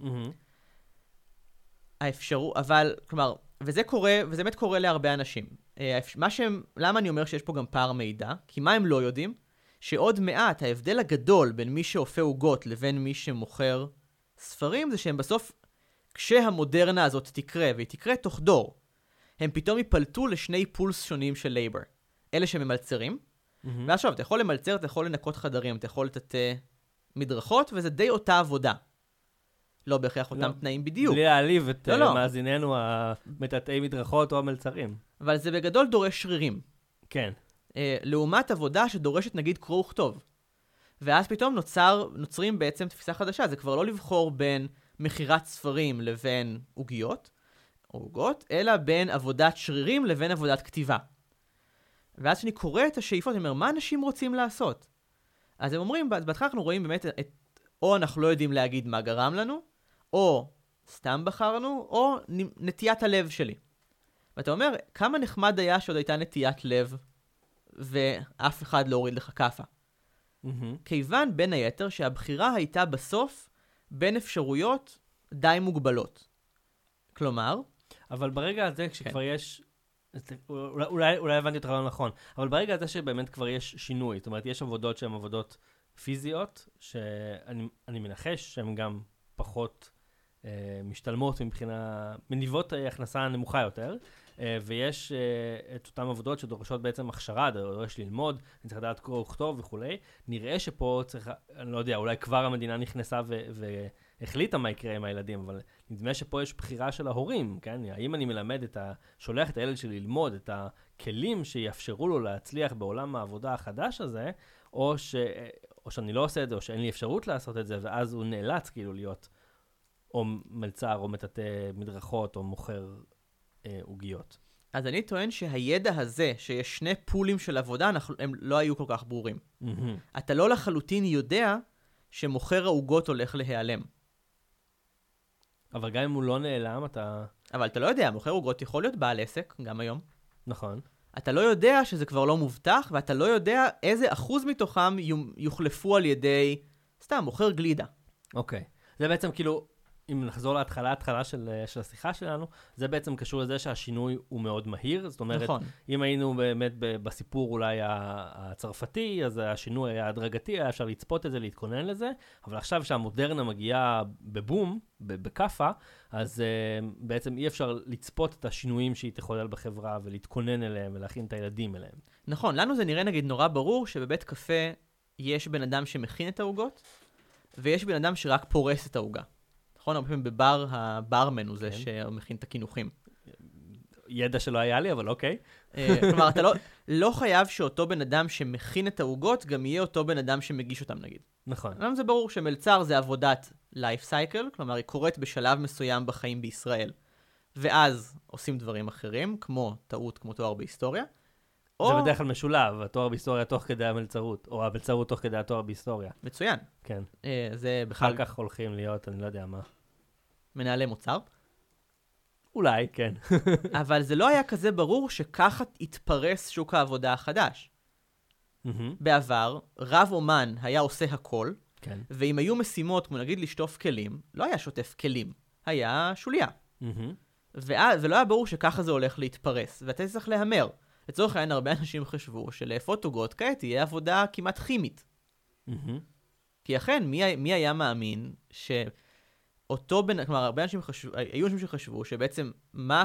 האפשרות, אבל, כלומר, וזה באמת קורה להרבה אנשים. למה אני אומר שיש פה גם פער מידע? כי מה הם לא יודעים? שעוד מעט ההבדל הגדול בין מי שאופה עוגות לבין מי שמוכר ספרים, זה שהם בסוף, כשהמודרנה הזאת תקרה, והיא תקרה תוך דור, הם פתאום ייפלטו לשני פולס שונים של לייבר. אלה שממלצרים, ועכשיו, אתה יכול למלצר, אתה יכול לנקות חדרים, אתה יכול לטאטא מדרכות, וזה די אותה עבודה. לא בהכרח אותם תנאים בדיוק. בלי להעליב את מאזיננו המטאטאי מדרכות או המלצרים. אבל זה בגדול דורש שרירים. כן. לעומת עבודה שדורשת נגיד קרוא וכתוב. ואז פתאום נוצרים בעצם תפיסה חדשה. זה כבר לא לבחור בין מחירת ספרים לבין עוגיות, או עוגות, אלא בין עבודת שרירים לבין עבודת כתיבה. ואז כשאני קורא את השאיפות, אני אומר, מה אנשים רוצים לעשות? אז הם אומרים, בהתחלה אנחנו רואים באמת או אנחנו לא יודעים להגיד מה גרם לנו, או סתם בחרנו, או נטיית הלב שלי. ואתה אומר, כמה נחמד היה שעוד הייתה נטיית לב, ואף אחד לא הוריד לך כפה. כיוון בין היתר שהבחירה הייתה בסוף בין אפשרויות די מוגבלות. כלומר, אבל ברגע הזה כשכבר יש, אולי הבנתי אותך לא נכון, אבל ברגע הזה שבאמת כבר יש שינוי, זאת אומרת, יש עבודות שהן עבודות פיזיות, שאני מנחש שהן גם פחות משתלמות מבחינה, מניבות הכנסה נמוכה יותר, ויש את אותן עבודות שדורשות בעצם הכשרה, דורש ללמוד, אני צריך לדעת קרוא וכתוב וכולי. נראה שפה צריך, אני לא יודע, אולי כבר המדינה נכנסה והחליטה מה יקרה עם הילדים, אבל נדמה שפה יש בחירה של ההורים, כן? האם אני מלמד שולח את הילד שלי ללמוד את הכלים שיאפשרו לו להצליח בעולם העבודה החדש הזה, או שאני לא עושה את זה, או שאין לי אפשרות לעשות את זה, ואז הוא נאלץ כאילו להיות או מלצר, או מטאטא מדרכות, או מוכר עוגיות. אז אני טוען שהידע הזה, שיש שני פולים של עבודה, הם לא היו כל כך ברורים. אתה לא לחלוטין יודע שמוכר העוגות הולך להיעלם. אבל גם אם הוא לא נעלם, אתה... אבל אתה לא יודע, מוכר עוגות יכול להיות בעל עסק, גם היום. נכון. אתה לא יודע שזה כבר לא מובטח, ואתה לא יודע איזה אחוז מתוכם יוחלפו על ידי, סתם, מוכר גלידה. אוקיי. זה בעצם כאילו, אם נחזור להתחלה של השיחה שלנו, זה בעצם קשור לזה שהשינוי הוא מאוד מהיר. זאת אומרת, נכון. אם היינו באמת בסיפור אולי הצרפתי, אז השינוי היה הדרגתי, היה אפשר לצפות את זה, להתכונן לזה, אבל עכשיו שהמודרנה מגיעה בבום, בקפה, אז בעצם אי אפשר לצפות את השינויים שהיא תחולל בחברה ולהתכונן אליהם ולהכין את הילדים אליהם. נכון, לנו זה נראה נגיד נורא ברור שבבית קפה יש בן אדם שמכין את העוגות, ויש בן אדם שרק פורס את העוגה. נכון, הרבה פעמים בבר, הברמן הוא זה שמכין את הכינוחים. ידע שלא היה לי, אבל אוקיי. כלומר, אתה לא חייב שאותו בן אדם שמכין את העוגות, גם יהיה אותו בן אדם שמגיש אותם, נגיד. נכון. לנו זה ברור שמלצר זה עבודת life cycle, כלומר, היא קורית בשלב מסוים בחיים בישראל, ואז עושים דברים אחרים, כמו טעות, כמו תואר בהיסטוריה. זה בדרך כלל משולב, התואר בהיסטוריה תוך כדי המלצרות, או המלצרות תוך כדי התואר בהיסטוריה. מצוין. כן. זה בכלל... אחר כך הולכים להיות, אני לא יודע מה. מנהלי מוצר. אולי, כן. אבל זה לא היה כזה ברור שככה התפרס שוק העבודה החדש. בעבר, רב אומן היה עושה הכל, כן. ואם היו משימות, כמו נגיד לשטוף כלים, לא היה שוטף כלים, היה שוליה. ולא היה ברור שככה זה הולך להתפרס, ואתה צריך להמר. לצורך העניין, הרבה אנשים חשבו שלאפות עוגות כעת תהיה עבודה כמעט כימית. כי אכן, מי היה מאמין שאותו כלומר, הרבה אנשים היו אנשים שחשבו שבעצם מה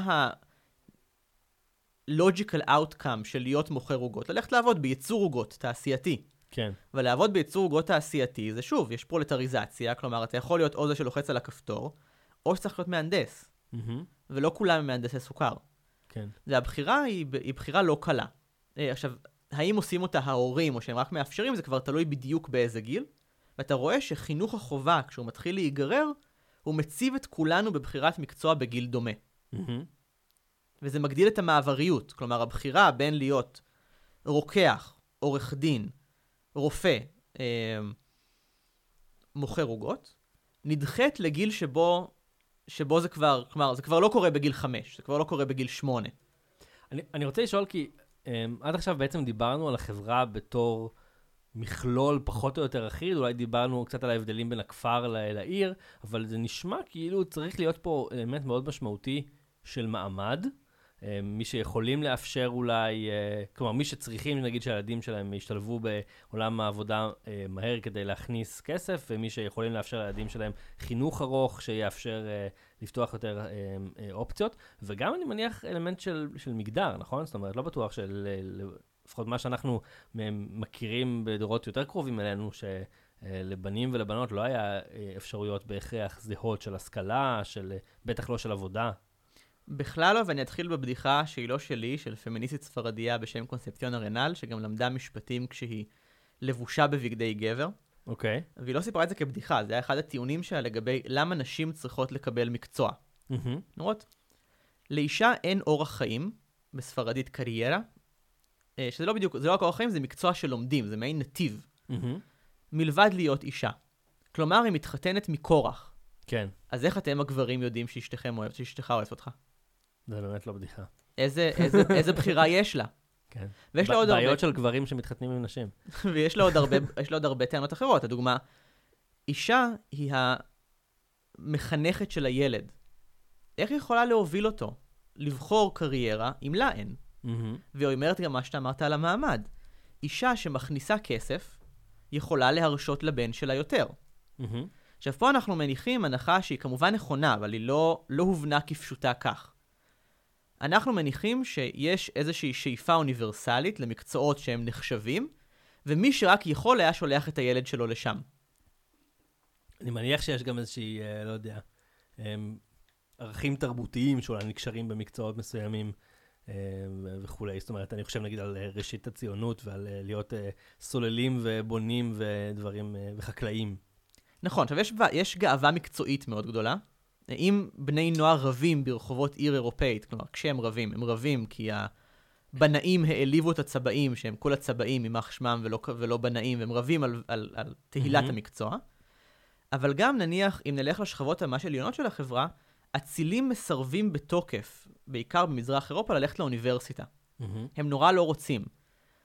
ה-logical outcome של להיות מוכר עוגות, ללכת לעבוד בייצור עוגות תעשייתי. כן. ולעבוד בייצור עוגות תעשייתי, זה שוב, יש פרולטריזציה, כלומר, אתה יכול להיות או זה שלוחץ על הכפתור, או שצריך להיות מהנדס. ולא כולם הם מהנדסי סוכר. כן. והבחירה היא בחירה לא קלה. עכשיו, האם עושים אותה ההורים או שהם רק מאפשרים, זה כבר תלוי בדיוק באיזה גיל. ואתה רואה שחינוך החובה, כשהוא מתחיל להיגרר, הוא מציב את כולנו בבחירת מקצוע בגיל דומה. וזה מגדיל את המעבריות. כלומר, הבחירה בין להיות רוקח, עורך דין, רופא, מוכר עוגות, נדחית לגיל שבו זה כבר, כלומר, זה כבר לא קורה בגיל 5, זה כבר לא קורה בגיל 8. אני רוצה לשאול כי עד עכשיו בעצם דיברנו על החברה בתור מכלול פחות או יותר אחיד, אולי דיברנו קצת על ההבדלים בין הכפר לעיר, אבל זה נשמע כאילו צריך להיות פה אלמנט מאוד משמעותי של מעמד, מי שיכולים לאפשר אולי, כלומר מי שצריכים נגיד שהילדים שלהם ישתלבו בעולם העבודה מהר כדי להכניס כסף, ומי שיכולים לאפשר לילדים שלהם חינוך ארוך שיאפשר לפתוח יותר אופציות, וגם אני מניח אלמנט של מגדר, נכון? זאת אומרת, לא בטוח לפחות מה שאנחנו מכירים בדורות יותר קרובים אלינו, שלבנים ולבנות לא היה אפשרויות בהכרח זהות של השכלה, בטח לא של עבודה. בכלל לא, ואני אתחיל בבדיחה שהיא לא שלי, של פמיניסטית ספרדיה בשם קונספציונה רנל, שגם למדה משפטים כשהיא לבושה בבגדי גבר. אוקיי. והיא לא סיפרה את זה כבדיחה, זה היה אחד הטיעונים שלה לגבי למה נשים צריכות לקבל מקצוע. נראות, לאישה אין אורח חיים, בספרדית קריירה, שזה לא בדיוק, זה לא רק אורח חיים, זה מקצוע שלומדים, זה מעין נתיב. מלבד להיות אישה. כלומר, היא מתחתנת מכורח. כן. אז איך אתם הגברים יודעים שאשתכם אוהבת, שאשתך אוהבת אותך? זה באמת לא בדיחה. איזה בחירה יש לה? כן. ויש לה עוד הרבה... בעיות של גברים שמתחתנים עם נשים. ויש לה עוד הרבה טענות אחרות. הדוגמה, אישה היא המחנכת של הילד. איך היא יכולה להוביל אותו? לבחור קריירה אם לה אין. והיא אומרת גם מה שאתה אמרת על המעמד. אישה שמכניסה כסף יכולה להרשות לבן שלה יותר. עכשיו, פה אנחנו מניחים הנחה שהיא כמובן נכונה, אבל היא לא הובנה כפשוטה כך. אנחנו מניחים שיש איזושהי שאיפה אוניברסלית למקצועות שהם נחשבים, ומי שרק יכול היה שולח את הילד שלו לשם. אני מניח שיש גם איזושהי, לא יודע, ערכים תרבותיים שאולי נקשרים במקצועות מסוימים וכו'. זאת אומרת, אני חושב נגיד על ראשית הציונות ועל להיות סוללים ובונים ודברים וחקלאים. נכון, עכשיו יש גאווה מקצועית מאוד גדולה. אם בני נוער רבים ברחובות עיר אירופאית, כלומר כשהם רבים, הם רבים כי הבנאים העליבו את הצבאים, שהם כל הצבאים ממח שמם ולא בנאים, והם רבים על תהילת המקצוע. אבל גם נניח, אם נלך לשכבות ממש עליונות של החברה, אצילים מסרבים בתוקף, בעיקר במזרח אירופה, ללכת לאוניברסיטה. הם נורא לא רוצים.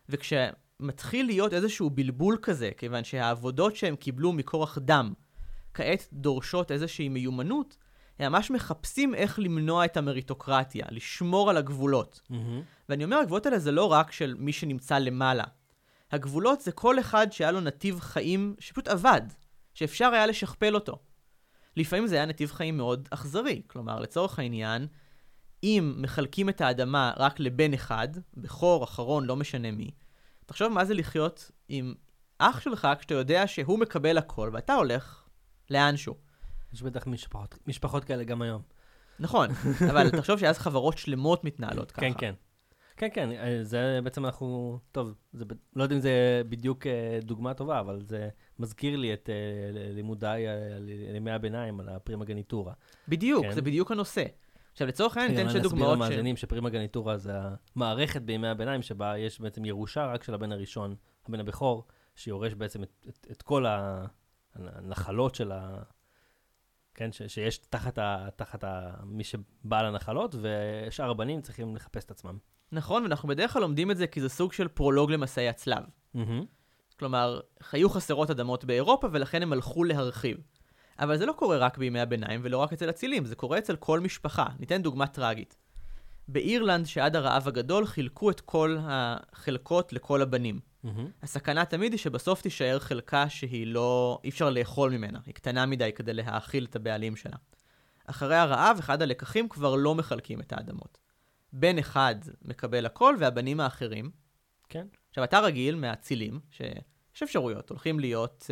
וכשמתחיל להיות איזשהו בלבול כזה, כיוון שהעבודות שהם קיבלו מכורח דם, כעת דורשות איזושהי מיומנות, הם ממש מחפשים איך למנוע את המריטוקרטיה, לשמור על הגבולות. ואני אומר, הגבולות האלה זה לא רק של מי שנמצא למעלה. הגבולות זה כל אחד שהיה לו נתיב חיים שפשוט עבד, שאפשר היה לשכפל אותו. לפעמים זה היה נתיב חיים מאוד אכזרי, כלומר, לצורך העניין, אם מחלקים את האדמה רק לבן אחד, בכור, אחרון, לא משנה מי, תחשוב מה זה לחיות עם אח שלך כשאתה יודע שהוא מקבל הכל, ואתה הולך לאנשהו. יש בטח משפחות כאלה גם היום. נכון, אבל תחשוב שאז חברות שלמות מתנהלות ככה. כן, כן. כן, כן, זה בעצם אנחנו, טוב, לא יודע אם זה בדיוק דוגמה טובה, אבל זה מזכיר לי את לימודיי על ימי הביניים, על הפרימגניטורה. בדיוק, זה בדיוק הנושא. עכשיו, לצורך העניין, ניתן שתי דוגמאות אני אסביר למאזינים שפרימגניטורה זה המערכת בימי הביניים, שבה יש בעצם ירושה רק של הבן הראשון, הבן הבכור, שיורש בעצם את כל הנחלות של כן, שיש תחת מי שבא לנחלות, ושאר הבנים צריכים לחפש את עצמם. נכון, ואנחנו בדרך כלל לומדים את זה כי זה סוג של פרולוג למסעי הצלב. כלומר, היו חסרות אדמות באירופה, ולכן הם הלכו להרחיב. אבל זה לא קורה רק בימי הביניים, ולא רק אצל הצילים, זה קורה אצל כל משפחה. ניתן דוגמה טרגית. באירלנד, שעד הרעב הגדול, חילקו את כל החלקות לכל הבנים. הסכנה תמיד היא שבסוף תישאר חלקה שהיא לא, אי אפשר לאכול ממנה. היא קטנה מדי כדי להאכיל את הבעלים שלה. אחרי הרעב, אחד הלקחים כבר לא מחלקים את האדמות. בן אחד מקבל הכל, והבנים האחרים. כן. עכשיו, אתה רגיל מהצילים, שיש אפשרויות. הולכים להיות,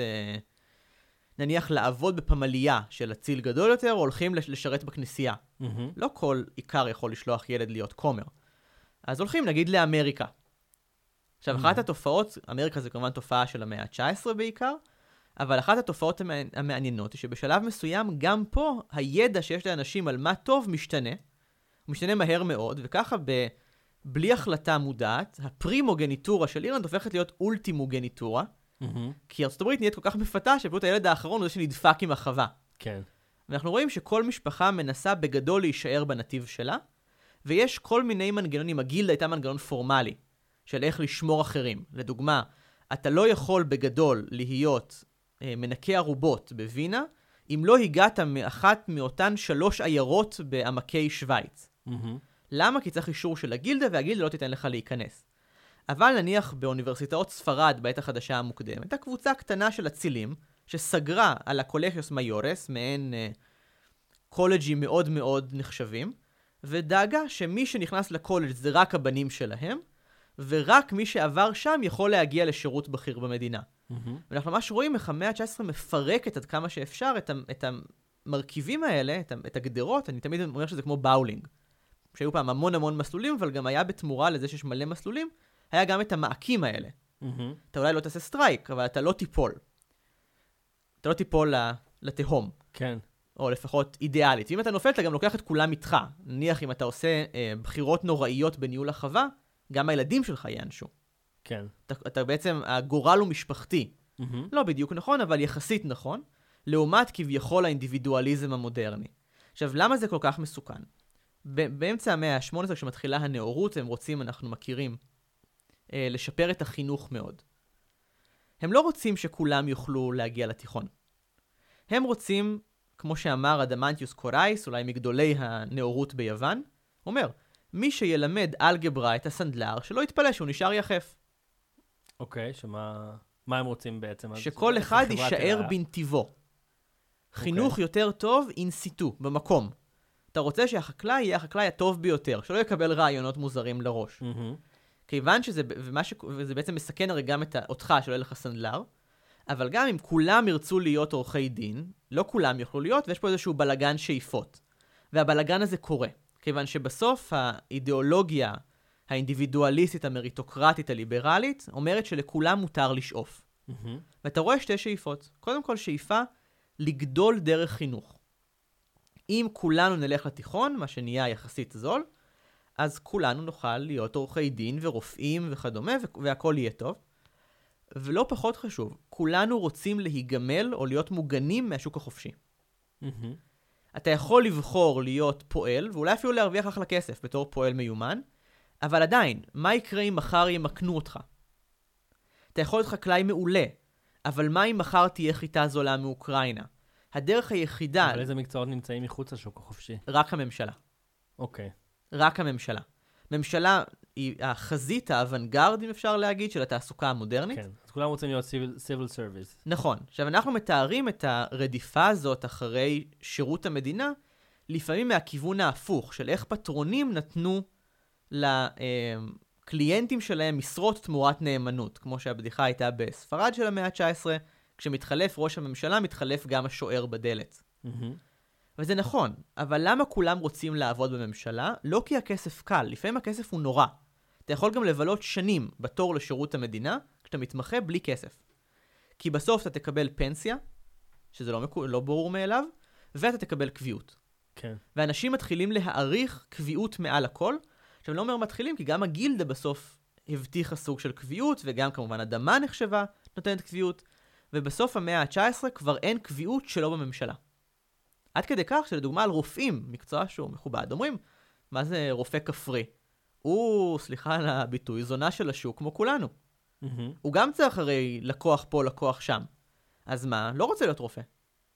נניח, לעבוד בפמליה של הציל גדול יותר, או הולכים לשרת בכנסייה. לא כל עיקר יכול לשלוח ילד להיות כומר. אז הולכים, נגיד, לאמריקה. עכשיו, אחת התופעות, אמריקה זה כמובן תופעה של המאה ה-19 בעיקר, אבל אחת התופעות המעניינות היא שבשלב מסוים, גם פה, הידע שיש לאנשים על מה טוב משתנה, הוא משתנה מהר מאוד, וככה בלי החלטה מודעת, הפרימוגניטורה של אירלנד הופכת להיות אולטימוגניטורה, כי ארצות הברית נהיית כל כך מפתה, שפשוט הילד האחרון הוא זה שנדפק עם החווה. כן. ואנחנו רואים שכל משפחה מנסה בגדול להישאר בנתיב שלה, ויש כל מיני מנגנונים, הגילדה הייתה מנגנון פורמלי, של איך לשמור אחרים. לדוגמה, אתה לא יכול בגדול להיות מנקה ערובות בווינה, אם לא הגעת מאחת מאותן 3 עיירות בעמקי שוויץ. למה? כי צריך אישור של הגילדה, והגילדה לא תיתן לך להיכנס. אבל נניח באוניברסיטאות ספרד, בעת החדשה המוקדמת, הייתה קבוצה קטנה של הצילים, שסגרה על הקולגיוס מיורס, מעין קולג'ים מאוד מאוד נחשבים, ודאגה שמי שנכנס לקולג' זה רק הבנים שלהם, ורק מי שעבר שם יכול להגיע לשירות בכיר במדינה. ואנחנו ממש רואים איך המאה ה-19 מפרקת עד כמה שאפשר את המרכיבים האלה, את הגדרות. אני תמיד אומר שזה כמו באולינג. שהיו פעם המון מסלולים, אבל גם היה בתמורה לזה שיש מלא מסלולים, היה גם את המעקים האלה. אתה אולי לא תעשה סטרייק, אבל אתה לא תיפול. אתה לא תיפול לתהום. כן. או לפחות אידיאלית. ואם אתה נופל, אתה גם לוקח את כולם איתך. נניח אם אתה עושה בחירות נוראיות בניהול החווה, גם הילדים שלך יענשו. כן. אתה בעצם, הגורל הוא משפחתי. לא בדיוק נכון, אבל יחסית נכון, לעומת כביכול האינדיבידואליזם המודרני. עכשיו, למה זה כל כך מסוכן? באמצע המאה ה-18, כשמתחילה הנאורות, הם רוצים, אנחנו מכירים, לשפר את החינוך מאוד. הם לא רוצים שכולם יוכלו להגיע לתיכון. הם רוצים, כמו שאמר אדמנטיוס קורייס, אולי מגדולי הנאורות ביוון, אומר, מי שילמד אלגברה את הסנדלר, שלא יתפלא שהוא נשאר יחף. אוקיי, שמה הם רוצים בעצם? שכל אחד יישאר בנתיבו. חינוך יותר טוב אינסיטו, במקום. אתה רוצה שהחקלאי יהיה החקלאי הטוב ביותר, שלא יקבל רעיונות מוזרים לראש. כיוון וזה בעצם מסכן הרי גם אותך שלא יהיה לך סנדלר, אבל גם אם כולם ירצו להיות עורכי דין, לא כולם יוכלו להיות, ויש פה איזשהו בלגן שאיפות. והבלגן הזה קורה. כיוון שבסוף האידיאולוגיה האינדיבידואליסטית, המריטוקרטית, הליברלית, אומרת שלכולם מותר לשאוף. ואתה רואה 2 שאיפות. קודם כל שאיפה לגדול דרך חינוך. אם כולנו נלך לתיכון, מה שנהיה יחסית זול, אז כולנו נוכל להיות עורכי דין ורופאים וכדומה, והכל יהיה טוב. ולא פחות חשוב, כולנו רוצים להיגמל או להיות מוגנים מהשוק החופשי. אתה יכול לבחור להיות פועל, ואולי אפילו להרוויח אחלה כסף בתור פועל מיומן, אבל עדיין, מה יקרה אם מחר ימקנו אותך? אתה יכול להיות חקלאי מעולה, אבל מה אם מחר תהיה חיטה זולה מאוקראינה? הדרך היחידה... אבל איזה מקצועות נמצאים מחוץ לשוק החופשי? רק הממשלה. אוקיי. רק הממשלה. ממשלה היא החזית, האוונגרד, אם אפשר להגיד, של התעסוקה המודרנית. כן, אז כולם רוצים להיות civil service. נכון. עכשיו, אנחנו מתארים את הרדיפה הזאת אחרי שירות המדינה, לפעמים מהכיוון ההפוך, של איך פטרונים נתנו לקליינטים שלהם משרות תמורת נאמנות, כמו שהבדיחה הייתה בספרד של המאה ה-19, כשמתחלף ראש הממשלה, מתחלף גם השוער בדלת. וזה נכון, אבל למה כולם רוצים לעבוד בממשלה? לא כי הכסף קל, לפעמים הכסף הוא נורא. אתה יכול גם לבלות שנים בתור לשירות המדינה, כשאתה מתמחה בלי כסף. כי בסוף אתה תקבל פנסיה, שזה לא ברור מאליו, ואתה תקבל קביעות. כן. ואנשים מתחילים להעריך קביעות מעל הכל. עכשיו, לא אומר מתחילים, כי גם הגילדה בסוף הבטיחה סוג של קביעות, וגם כמובן אדמה נחשבה נותנת קביעות, ובסוף המאה ה-19 כבר אין קביעות שלא בממשלה. עד כדי כך שלדוגמה על רופאים, מקצוע שהוא מכובד, אומרים, מה זה רופא כפרי? הוא, סליחה על הביטוי, זונה של השוק כמו כולנו. הוא גם צריך הרי לקוח פה, לקוח שם. אז מה? לא רוצה להיות רופא.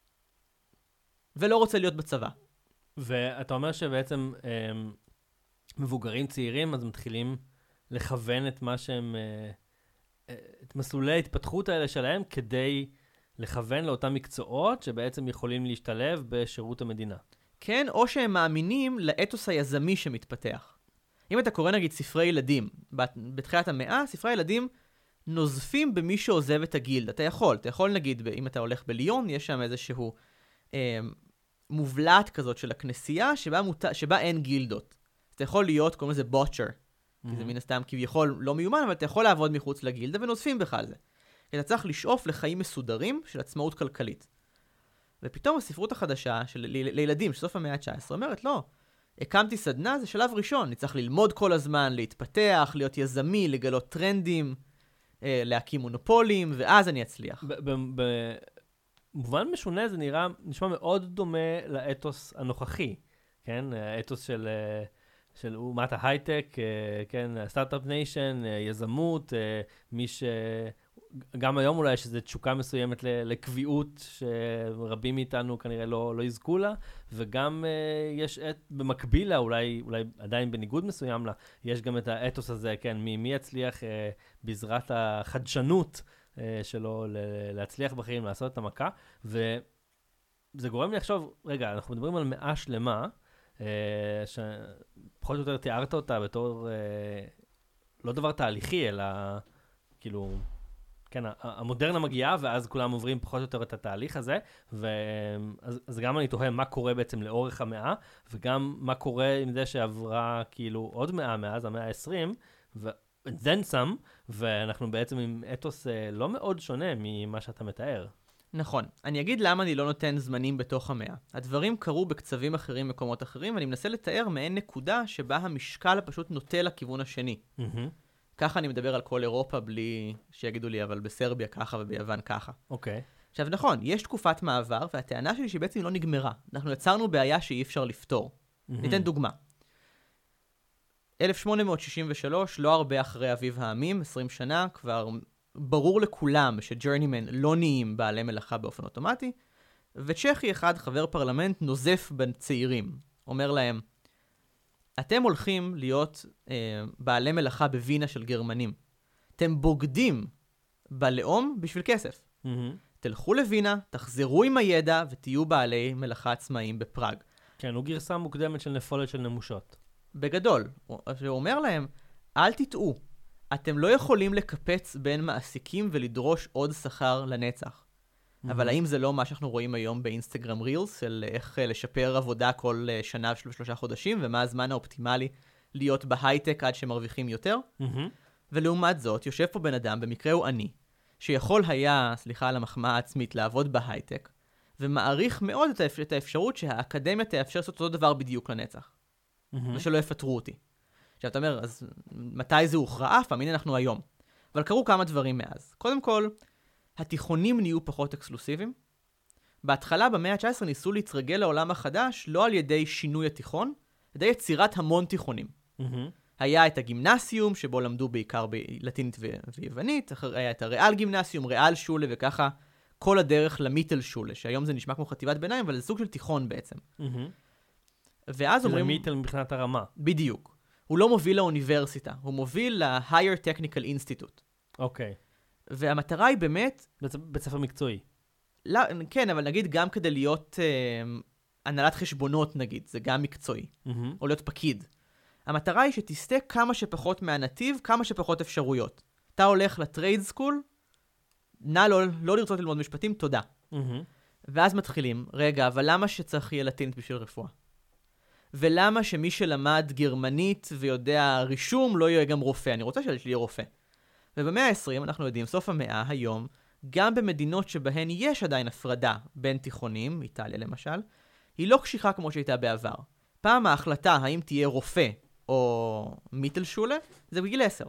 ולא רוצה להיות בצבא. ואתה אומר שבעצם מבוגרים צעירים, אז מתחילים לכוון את מה שהם, את מסלולי ההתפתחות האלה שלהם, כדי לכוון לאותם מקצועות שבעצם יכולים להשתלב בשירות המדינה. כן, או שהם מאמינים לאתוס היזמי שמתפתח. אם אתה קורא נגיד ספרי ילדים, בתחילת המאה, ספרי ילדים נוזפים במי שעוזב את הגילד. אתה יכול נגיד, אם אתה הולך בליון, יש שם איזשהו מובלעת כזאת של הכנסייה, שבה אין גילדות. אתה יכול להיות, קוראים לזה בוטשר, כי זה מן הסתם כביכול לא מיומן, אבל אתה יכול לעבוד מחוץ לגילדה, ונוזפים בך על זה. כי אתה צריך לשאוף לחיים מסודרים של עצמאות כלכלית. ופתאום הספרות החדשה לילדים, שסוף המאה ה-19, אומרת, לא, הקמתי סדנה, זה שלב ראשון, אני צריך ללמוד כל הזמן, להתפתח, להיות יזמי, לגלות טרנדים, להקים מונופולים, ואז אני אצליח. במובן משונה זה נשמע מאוד דומה לאתוס הנוכחי, כן? האתוס של אומת ההייטק, כן? סטארט-אפ ניישן, יזמות, גם היום אולי יש איזו תשוקה מסוימת לקביעות שרבים מאיתנו כנראה לא יזכו לה, וגם יש במקביל לה, אולי עדיין בניגוד מסוים לה, יש גם את האתוס הזה, כן? מי יצליח בזרת החדשנות שלו להצליח בחיים, לעשות את המכה, וזה גורם לי לחשוב, רגע, אנחנו מדברים על מאה שלמה, שפחות או יותר תיארת אותה בתור לא דבר תהליכי, אלא כאילו, כן, המודרנה מגיעה, ואז כולם עוברים פחות או יותר את התהליך הזה, אז גם אני תוהה מה קורה בעצם לאורך המאה, וגם מה קורה עם זה שעברה כאילו עוד מאה מאז, המאה ה-20, then some, ואנחנו בעצם עם אתוס לא מאוד שונה ממה שאתה מתאר. נכון. אני אגיד למה אני לא נותן זמנים בתוך המאה. הדברים קרו בקצבים אחרים, מקומות אחרים, ואני מנסה לתאר מעין נקודה שבה המשקל פשוט נוטה לכיוון השני. ככה אני מדבר על כל אירופה בלי שיגידו לי, אבל בסרביה ככה וביוון ככה. אוקיי. עכשיו נכון, יש תקופת מעבר, והטענה שלי שבעצם לא נגמרה. אנחנו יצרנו בעיה שאי אפשר לפתור. ניתן דוגמה. 1863, לא הרבה אחרי אביב העמים, 20 שנה, כבר ברור לכולם שג'רנימן לא נהיים בעלי מלאכה באופן אוטומטי, וצ'כי אחד, חבר פרלמנט, נוזף בצעירים. אומר להם, אתם הולכים להיות בעלי מלאכה בווינה של גרמנים. אתם בוגדים בלאום בשביל כסף. תלכו לווינה, תחזרו עם הידע ותהיו בעלי מלאכה עצמאיים בפראג. כן, הוא גרסה מוקדמת של נפולת של נמושות. בגדול. הוא אומר להם, אל תטעו. אתם לא יכולים לקפץ בין מעסיקים ולדרוש עוד שכר לנצח. אבל האם זה לא מה שאנחנו רואים היום באינסטגרם רילס, של איך לשפר עבודה כל שנה ו3 חודשים, ומה הזמן האופטימלי להיות בהייטק עד שמרוויחים יותר? ולעומת זאת, יושב פה בן אדם, במקרה הוא אני, שיכול היה, סליחה על המחמאה העצמית, לעבוד בהייטק, ומעריך מאוד את האפשרות שהאקדמיה תאפשר לעשות אותו דבר בדיוק לנצח. ושלא יפטרו אותי. עכשיו אתה אומר, אז מתי זה הוכרע? הנה אנחנו היום. אבל קרו כמה דברים מאז. קודם כל, התיכונים נהיו פחות אקסקלוסיביים. בהתחלה, במאה ה-19, ניסו להתרגל לעולם החדש, לא על ידי שינוי התיכון, על ידי יצירת המון תיכונים. היה את הגימנסיום, שבו למדו בעיקר בלטינית ויוונית, היה את הריאל גימנסיום, ריאל שולה, וככה כל הדרך למיטל שולה, שהיום זה נשמע כמו חטיבת ביניים, אבל זה סוג של תיכון בעצם. ואז אומרים... זה מיטל מבחינת הרמה. בדיוק. הוא לא מוביל לאוניברסיטה, הוא מוביל ל-Higher Technical Institute. אוקיי. והמטרה היא באמת... בית ספר מקצועי. לא, כן, אבל נגיד גם כדי להיות הנהלת חשבונות, נגיד, זה גם מקצועי. או להיות פקיד. המטרה היא שתסתה כמה שפחות מהנתיב, כמה שפחות אפשרויות. אתה הולך לטרייד סקול, נא לא לרצות ללמוד משפטים, תודה. ואז מתחילים, רגע, אבל למה שצריך יהיה לטינית בשביל רפואה? ולמה שמי שלמד גרמנית ויודע רישום לא יהיה גם רופא? אני רוצה שיהיה רופא. ובמאה ה-20 אנחנו יודעים, סוף המאה היום, גם במדינות שבהן יש עדיין הפרדה בין תיכונים, איטליה למשל, היא לא קשיחה כמו שהייתה בעבר. פעם ההחלטה האם תהיה רופא או מיטל שולה, זה בגיל 10.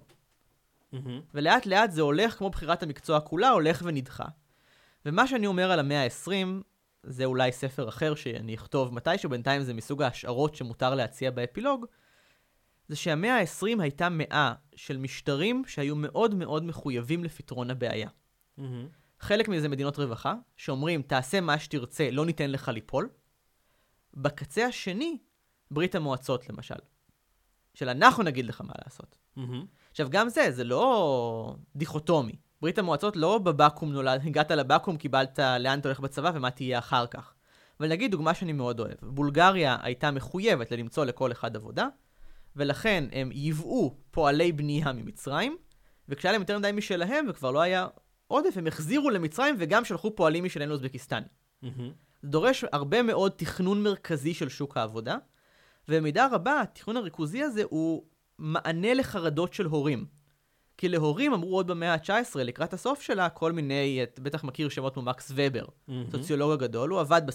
ולאט לאט זה הולך כמו בחירת המקצוע כולה, הולך ונדחה. ומה שאני אומר על המאה ה-20, זה אולי ספר אחר שאני אכתוב מתישהו, בינתיים זה מסוג ההשערות שמותר להציע באפילוג, זה שהמאה ה-20 הייתה מאה של משטרים שהיו מאוד מאוד מחויבים לפתרון הבעיה. חלק מזה מדינות רווחה, שאומרים, תעשה מה שתרצה, לא ניתן לך ליפול. בקצה השני, ברית המועצות למשל. של אנחנו נגיד לך מה לעשות. עכשיו גם זה לא דיכוטומי. ברית המועצות לא בבקום נולד, הגעת לבקום, קיבלת לאן אתה הולך בצבא ומה תהיה אחר כך. אבל נגיד דוגמה שאני מאוד אוהב. בולגריה הייתה מחויבת למצוא לכל אחד עבודה, ולכן הם ייבאו פועלי בנייה ממצרים, וכשהיה להם יותר מדי משלהם וכבר לא היה עודף, הם החזירו למצרים וגם שלחו פועלים משלהם לאוזבקיסטן. זה דורש הרבה מאוד תכנון מרכזי של שוק העבודה, ובמידה רבה התכנון הריכוזי הזה הוא מענה לחרדות של הורים. כי להורים אמרו עוד במאה ה-19, לקראת הסוף שלה, כל מיני, בטח מכיר שמות כמו מקס ובר, סוציולוג הגדול, הוא עבד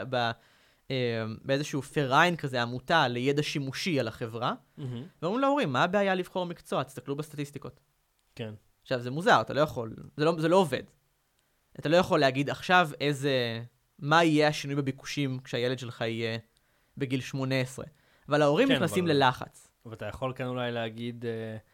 באיזשהו פריין כזה, עמותה לידע שימושי על החברה, ואומרים להורים, מה הבעיה לבחור מקצוע? תסתכלו בסטטיסטיקות. כן. עכשיו, זה מוזר, אתה לא יכול, זה לא עובד. אתה לא יכול להגיד עכשיו מה יהיה השינוי בביקושים כשהילד שלך יהיה בגיל 18. אבל ההורים נכנסים ללחץ. אבל אתה יכול כאן אולי להגיד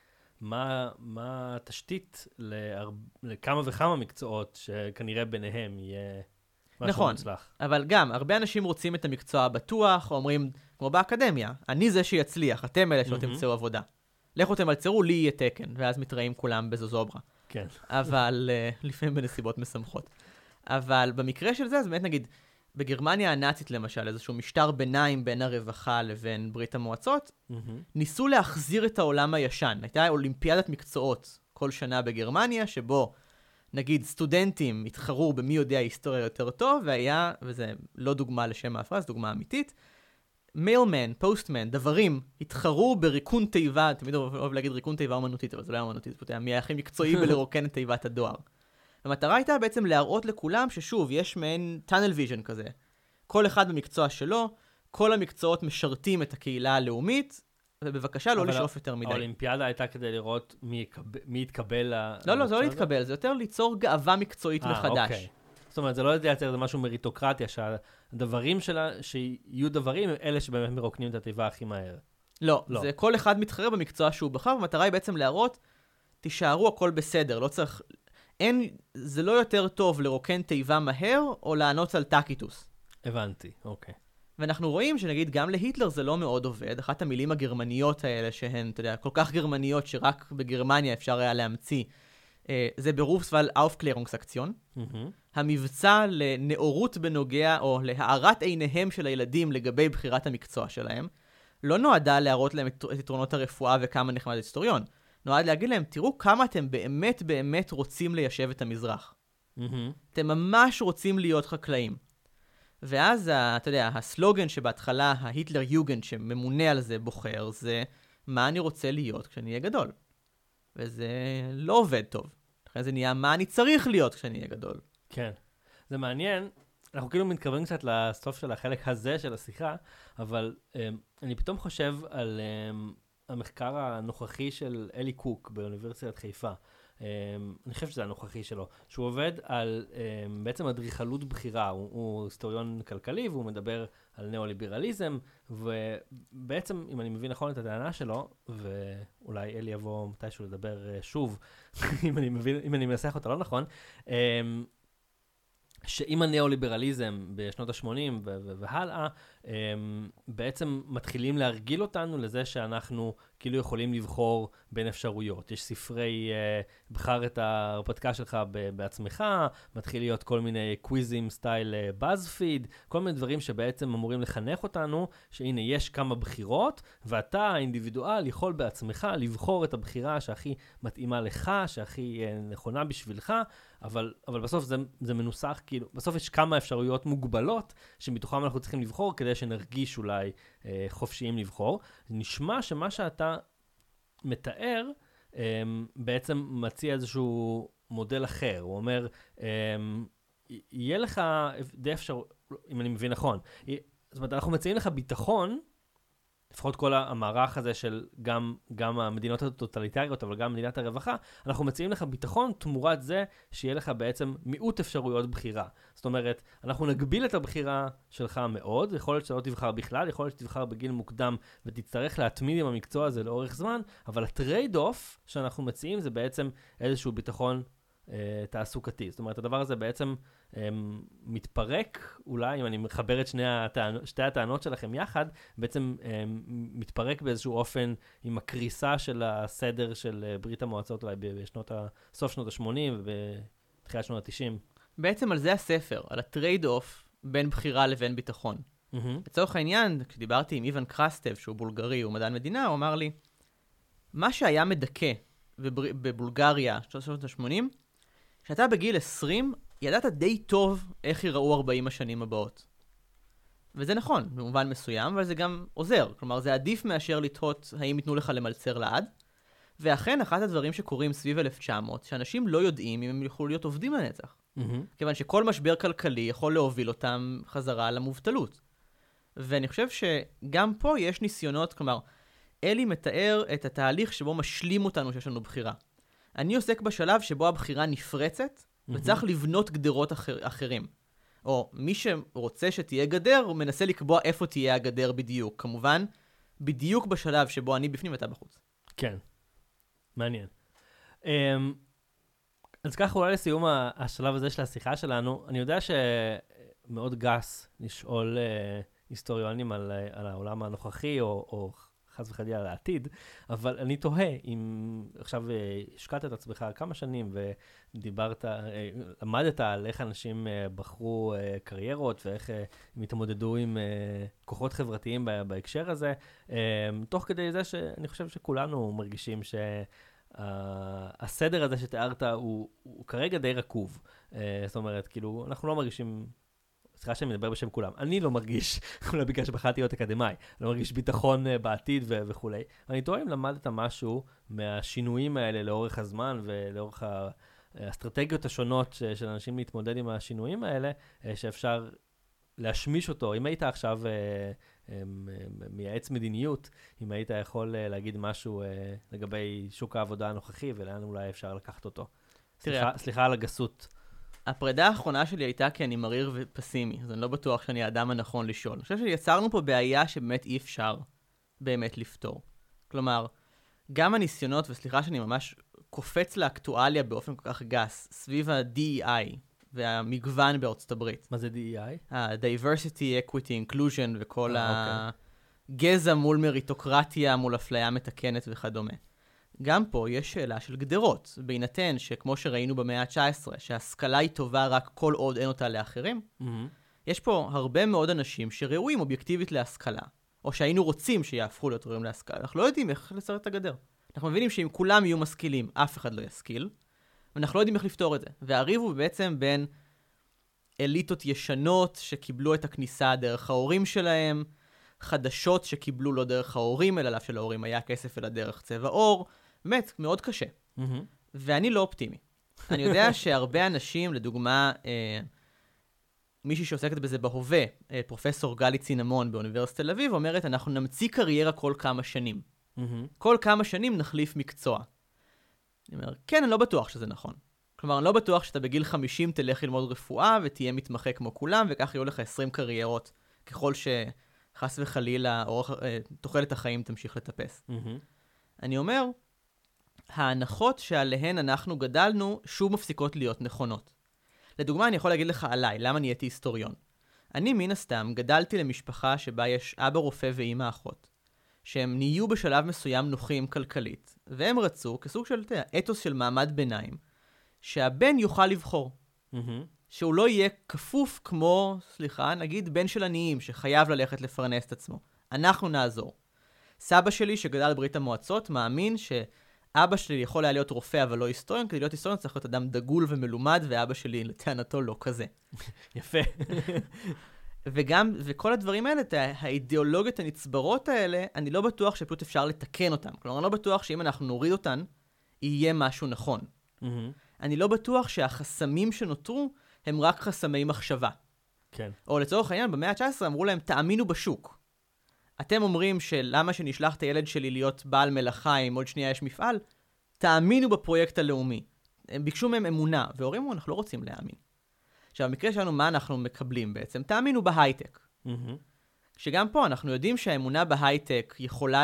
מה התשתית לכמה וכמה מקצועות שכנראה ביניהם יהיה משהו מוצלח. אבל גם, הרבה אנשים רוצים את המקצוע הבטוח, או אומרים, כמו באקדמיה, אני זה שיצליח, אתם אלה שלא תמצאו עבודה. לכו תמלצרו, לי יהיה תקן, ואז מתראים כולם בזוזוברה. כן. אבל לפעמים בנסיבות משמחות. אבל במקרה של זה, אז באמת נגיד, בגרמניה הנאצית למשל, איזשהו משטר ביניים בין הרווחה לבין ברית המועצות, ניסו להחזיר את העולם הישן. הייתה אולימפיאדת מקצועות כל שנה בגרמניה, שבו נגיד סטודנטים התחרו במי יודע היסטוריה יותר טוב, והיה, וזה לא דוגמה לשם ההפרעה, זו דוגמה אמיתית, מיילמן, פוסטמן, דברים, התחרו בריקון תיבה, תמיד אוהב להגיד ריקון תיבה אומנותית, אבל זה לא היה אומנותית, זה היה מי הכי מקצועי בלרוקן את תיבת הדואר. המטרה הייתה בעצם להראות לכולם ששוב, יש מעין tunnel vision כזה. כל אחד במקצוע שלו, כל המקצועות משרתים את הקהילה הלאומית, ובבקשה לא לשאוף יותר מדי. האולימפיאדה הייתה כדי לראות מי יתקבל לא, זה לא להתקבל, זה יותר ליצור גאווה מקצועית מחדש. אוקיי. זאת אומרת, זה לא לייצר, זה משהו מריטוקרטיה, שהדברים שלה, שיהיו דברים, אלה שבאמת מרוקנים את התיבה הכי מהר. לא, זה כל אחד מתחרה במקצוע שהוא בחר, והמטרה היא בעצם להראות, תישארו הכל בסדר, לא צריך... זה לא יותר טוב לרוקן תיבה מהר, או לענות על טקיטוס. הבנתי, אוקיי. ואנחנו רואים שנגיד גם להיטלר זה לא מאוד עובד. אחת המילים הגרמניות האלה שהן, אתה יודע, כל כך גרמניות שרק בגרמניה אפשר היה להמציא, זה ברופסוול אופקלרונגסאקציון. המבצע לנאורות בנוגע, או להארת עיניהם של הילדים לגבי בחירת המקצוע שלהם, לא נועדה להראות להם את יתרונות הרפואה וכמה נחמד היסטוריון. נועד להגיד להם, תראו כמה אתם באמת באמת רוצים ליישב את המזרח. אתם ממש רוצים להיות חקלאים. ואז, אתה יודע, הסלוגן שבהתחלה, ההיטלר יוגנד שממונה על זה בוחר, זה מה אני רוצה להיות כשאני אהיה גדול. וזה לא עובד טוב. לכן זה נהיה מה אני צריך להיות כשאני אהיה גדול. כן. זה מעניין. אנחנו כאילו מתכוונים קצת לסוף של החלק הזה של השיחה, אבל אני פתאום חושב על... המחקר הנוכחי של אלי קוק באוניברסיטת חיפה, אני חושב שזה הנוכחי שלו, שהוא עובד על בעצם אדריכלות בחירה, הוא היסטוריון כלכלי והוא מדבר על ניאו-ליברליזם, ובעצם אם אני מבין נכון את הטענה שלו, ואולי אלי יבוא מתישהו לדבר שוב, אם אני מנסח אותה לא נכון, שעם הניאו-ליברליזם בשנות ה-80 והלאה, בעצם מתחילים להרגיל אותנו לזה שאנחנו כאילו יכולים לבחור בין אפשרויות. יש ספרי, בחר את ההרפתקה שלך בעצמך, מתחיל להיות כל מיני קוויזים סטייל באז-פיד, כל מיני דברים שבעצם אמורים לחנך אותנו, שהנה יש כמה בחירות, ואתה האינדיבידואל יכול בעצמך לבחור את הבחירה שהכי מתאימה לך, שהכי נכונה בשבילך, אבל בסוף זה מנוסח, כאילו, בסוף יש כמה אפשרויות מוגבלות, שמתוכם אנחנו צריכים לבחור, כדי שנרגיש אולי חופשיים לבחור. נשמע שמה שאתה מתאר, בעצם מציע איזשהו מודל אחר. הוא אומר, יהיה לך די אפשר, אם אני מבין נכון, זאת אומרת, אנחנו מציעים לך ביטחון, לפחות כל המערך הזה של גם המדינות הטוטליטריות, אבל גם מדינת הרווחה, אנחנו מציעים לך ביטחון תמורת זה שיהיה לך בעצם מיעוט אפשרויות בחירה. זאת אומרת, אנחנו נגביל את הבחירה שלך מאוד, יכול להיות שלא תבחר בכלל, יכול להיות שתבחר בגיל מוקדם ותצטרך להתמיד עם המקצוע הזה לאורך זמן, אבל הטרייד-אוף שאנחנו מציעים זה בעצם איזשהו ביטחון תעסוקתי. זאת אומרת, הדבר הזה בעצם מתפרק, אולי, אם אני מחבר את שתי הטענות שלכם יחד, בעצם מתפרק באיזשהו אופן עם הקריסה של הסדר של ברית המועצות, אולי בסוף שנות ה-80 ובתחילת שנות ה-90. בעצם על זה הספר, על הטרייד-אוף בין בחירה לבין ביטחון. לצורך העניין, כשדיברתי עם איוון קרסטב, שהוא בולגרי, הוא מדען מדינה, הוא אמר לי, מה שהיה מדכא בבולגריה, שנות ה-80, כשאתה בגיל 20, ידעת די טוב איך ייראו 40 השנים הבאות. וזה נכון, במובן מסוים, אבל זה גם עוזר. כלומר, זה עדיף מאשר לתהות האם ייתנו לך למלצר לעד. ואכן, אחד הדברים שקורים סביב 1900, שאנשים לא יודעים אם הם יוכלו להיות עובדים לנצח. כיוון שכל משבר כלכלי יכול להוביל אותם חזרה למובטלות. ואני חושב שגם פה יש ניסיונות, כלומר, אלי מתאר את התהליך שבו משלים אותנו שיש לנו בחירה. אני עוסק בשלב שבו הבחירה נפרצת, וצריך לבנות גדרות אחרים. או מי שרוצה שתהיה גדר, הוא מנסה לקבוע איפה תהיה הגדר בדיוק. כמובן, בדיוק בשלב שבו אני בפנים ואתה בחוץ. כן, מעניין. אז ככה אולי לסיום השלב הזה של השיחה שלנו, אני יודע שמאוד גס לשאול היסטוריונים על העולם הנוכחי, או חס וחלילה על העתיד, אבל אני תוהה אם עכשיו השקעת את עצמך כמה שנים ודיברת, למדת על איך אנשים בחרו קריירות ואיך הם התמודדו עם כוחות חברתיים בהקשר הזה, תוך כדי זה שאני חושב שכולנו מרגישים שהסדר הזה שתיארת הוא כרגע די רקוב. זאת אומרת, כאילו, אנחנו לא מרגישים, סליחה שאני מדבר בשם כולם, אני לא מרגיש, אולי בגלל שבחרתי להיות אקדמאי, לא מרגיש ביטחון בעתיד וכו'. אני תוהה אם למדת משהו מהשינויים האלה לאורך הזמן ולאורך האסטרטגיות השונות של אנשים להתמודד עם השינויים האלה, שאפשר להשמיש אותו. אם היית עכשיו מייעץ מדיניות, אם היית יכול להגיד משהו לגבי שוק העבודה הנוכחי ולאן אולי אפשר לקחת אותו. סליחה על הגסות. הפרידה האחרונה שלי הייתה כי אני מריר ופסימי, אז אני לא בטוח שאני האדם הנכון לשאול. אני חושב שיצרנו פה בעיה שבאמת אי אפשר באמת לפתור. כלומר, גם הניסיונות, וסליחה שאני ממש קופץ לאקטואליה באופן כל כך גס, סביב ה-DEI והמגוון בארצות הברית. מה זה DEI? Diversity, Equity, Inclusion וכל הגזע מול מריטוקרטיה, מול אפליה מתקנת וכדומה. גם פה יש שאלה של גדרות, בהינתן שכמו שראינו במאה ה-19, שההשכלה היא טובה רק כל עוד אין אותה לאחרים, יש פה הרבה מאוד אנשים שראויים אובייקטיבית להשכלה, או שהיינו רוצים שיהפכו להיות ראויים להשכלה. אנחנו לא יודעים איך לסרט את הגדר. אנחנו מבינים שאם כולם יהיו משכילים, אף אחד לא ישכיל, ואנחנו לא יודעים איך לפתור את זה. והריב הוא בעצם בין אליטות ישנות שקיבלו את הכניסה דרך ההורים שלהם, חדשות שקיבלו לא דרך ההורים, אלא שלהורים היה כסף אלא דרך צבע עור, באמת, מאוד קשה. ואני לא אופטימי. אני יודע שהרבה אנשים, לדוגמה, מישהי שעוסקת בזה בהווה, פרופסור גלי צינמון באוניברסיטת תל אביב, אומרת, אנחנו נמציא קריירה כל כמה שנים. כל כמה שנים נחליף מקצוע. אני אומר, כן, אני לא בטוח שזה נכון. כלומר, אני לא בטוח שאתה בגיל 50 תלך ללמוד רפואה ותהיה מתמחה כמו כולם, וכך יהיו לך 20 קריירות, ככל שחס וחלילה תוחלת החיים תמשיך לטפס. אני אומר, ההנחות שעליהן אנחנו גדלנו שוב מפסיקות להיות נכונות. לדוגמה, אני יכול להגיד לך עליי, למה נהייתי היסטוריון. אני מן הסתם גדלתי למשפחה שבה יש אבא רופא ואמא אחות, שהם נהיו בשלב מסוים נוחים כלכלית, והם רצו, כסוג של אתוס של מעמד ביניים, שהבן יוכל לבחור. שהוא לא יהיה כפוף כמו, נגיד בן של עניים שחייב ללכת לפרנס את עצמו. אנחנו נעזור. סבא שלי שגדל בברית המועצות מאמין שאבא שלי יכול היה להיות רופא אבל לא היסטוריון, כדי להיות היסטוריון צריך להיות אדם דגול ומלומד, ואבא שלי לטענתו לא כזה. יפה. וכל הדברים האלה, האידיאולוגיות הנצברות האלה, אני לא בטוח שפשוט אפשר לתקן אותן. כלומר, אני לא בטוח שאם אנחנו נוריד אותן, יהיה משהו נכון. אני לא בטוח שהחסמים שנותרו הם רק חסמי מחשבה. כן. או לצורך העניין, במאה ה-19 אמרו להם, תאמינו בשוק. אתם אומרים שלמה שנשלח את הילד שלי להיות בעל מלאכה, אם עוד שנייה יש מפעל, תאמינו בפרויקט הלאומי. הם ביקשו מהם אמונה, והורים אמרו, אנחנו לא רוצים להאמין. עכשיו, במקרה שלנו, מה אנחנו מקבלים בעצם? תאמינו בהייטק. שגם פה אנחנו יודעים שהאמונה בהייטק יכולה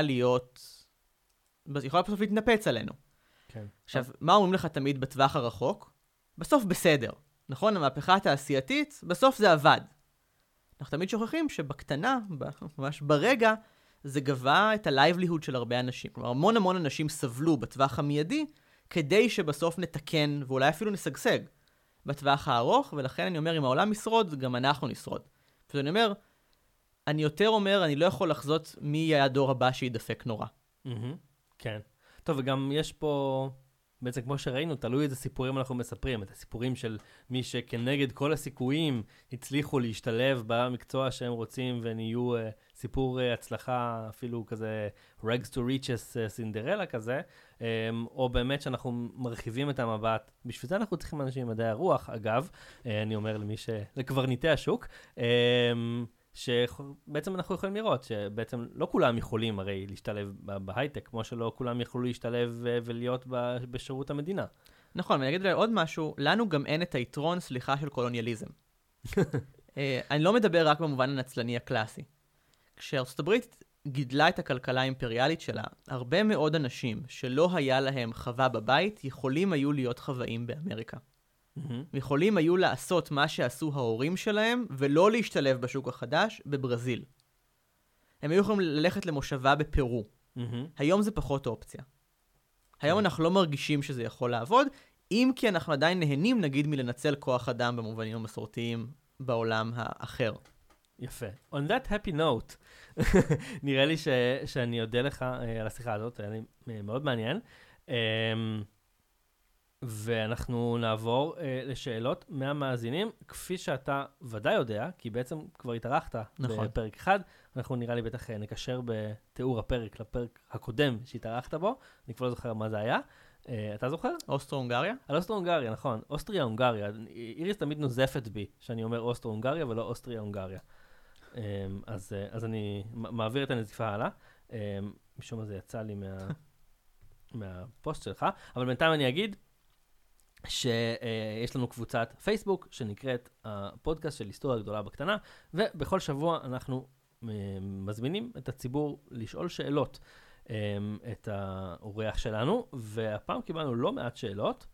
בסוף להתנפץ עלינו. כן. עכשיו, מה אומרים לך תמיד בטווח הרחוק? בסוף בסדר. נכון? המהפכה התעשייתית, בסוף זה עבד. אנחנו תמיד שוכחים שבקטנה, ממש ברגע, זה גבה את ה-livelihood של הרבה אנשים. כלומר, המון אנשים סבלו בטווח המיידי, כדי שבסוף נתקן, ואולי אפילו נשגשג בטווח הארוך, ולכן אני אומר, אם העולם ישרוד, גם אנחנו נשרוד. אז אני אומר, אני לא יכול לחזות מי יהיה הדור הבא שידפק נורא. כן. טוב, וגם יש פה, בעצם כמו שראינו, תלוי איזה סיפורים אנחנו מספרים. את הסיפורים של מי שכנגד כל הסיכויים הצליחו להשתלב במקצוע שהם רוצים, ונהיו סיפור הצלחה אפילו כזה rags to riches סינדרלה כזה, או באמת שאנחנו מרחיבים את המבט. בשביל זה אנחנו צריכים אנשים עם מדעי הרוח, אגב, אני אומר לקברניטי השוק, שבעצם אנחנו יכולים לראות שבעצם לא כולם יכולים הרי להשתלב בהייטק, כמו שלא כולם יכולו להשתלב ולהיות בשירות המדינה. נכון, ואני אגיד עוד משהו, לנו גם אין את היתרון, של קולוניאליזם. אני לא מדבר רק במובן הנצלני הקלאסי. כשארצות הברית גידלה את הכלכלה האימפריאלית שלה, הרבה מאוד אנשים שלא היה להם חווה בבית, יכולים היו להיות חוואים באמריקה. יכולים היו לעשות מה שעשו ההורים שלהם, ולא להשתלב בשוק החדש בברזיל. הם היו יכולים ללכת למושבה בפרו. היום זה פחות אופציה. היום אנחנו לא מרגישים שזה יכול לעבוד, אם כי אנחנו עדיין נהנים, נגיד, מלנצל כוח אדם במובנים המסורתיים בעולם האחר. יפה. On that happy note, נראה לי שאני אודה לך על השיחה הזאת, היה לי מאוד מעניין. ואנחנו נעבור לשאלות מהמאזינים, כפי שאתה ודאי יודע, כי בעצם כבר התארחת בפרק אחד, אנחנו נראה לי בטח נקשר בתיאור הפרק לפרק הקודם שהתארחת בו, אני כבר לא זוכר מה זה היה. אתה זוכר? אוסטרו-הונגריה? על אוסטרו-הונגריה, נכון. אוסטריה-הונגריה. איריס תמיד נוזפת בי שאני אומר אוסטרו-הונגריה ולא אוסטריה-הונגריה. אז אני מעביר את הנזיפה הלאה. משום מה זה יצא לי מהפוסט שלך, אבל בינתיים אני אגיד שיש לנו קבוצת פייסבוק שנקראת הפודקאסט של היסטוריה גדולה בקטנה, ובכל שבוע אנחנו מזמינים את הציבור לשאול שאלות את האורח שלנו, והפעם קיבלנו לא מעט שאלות,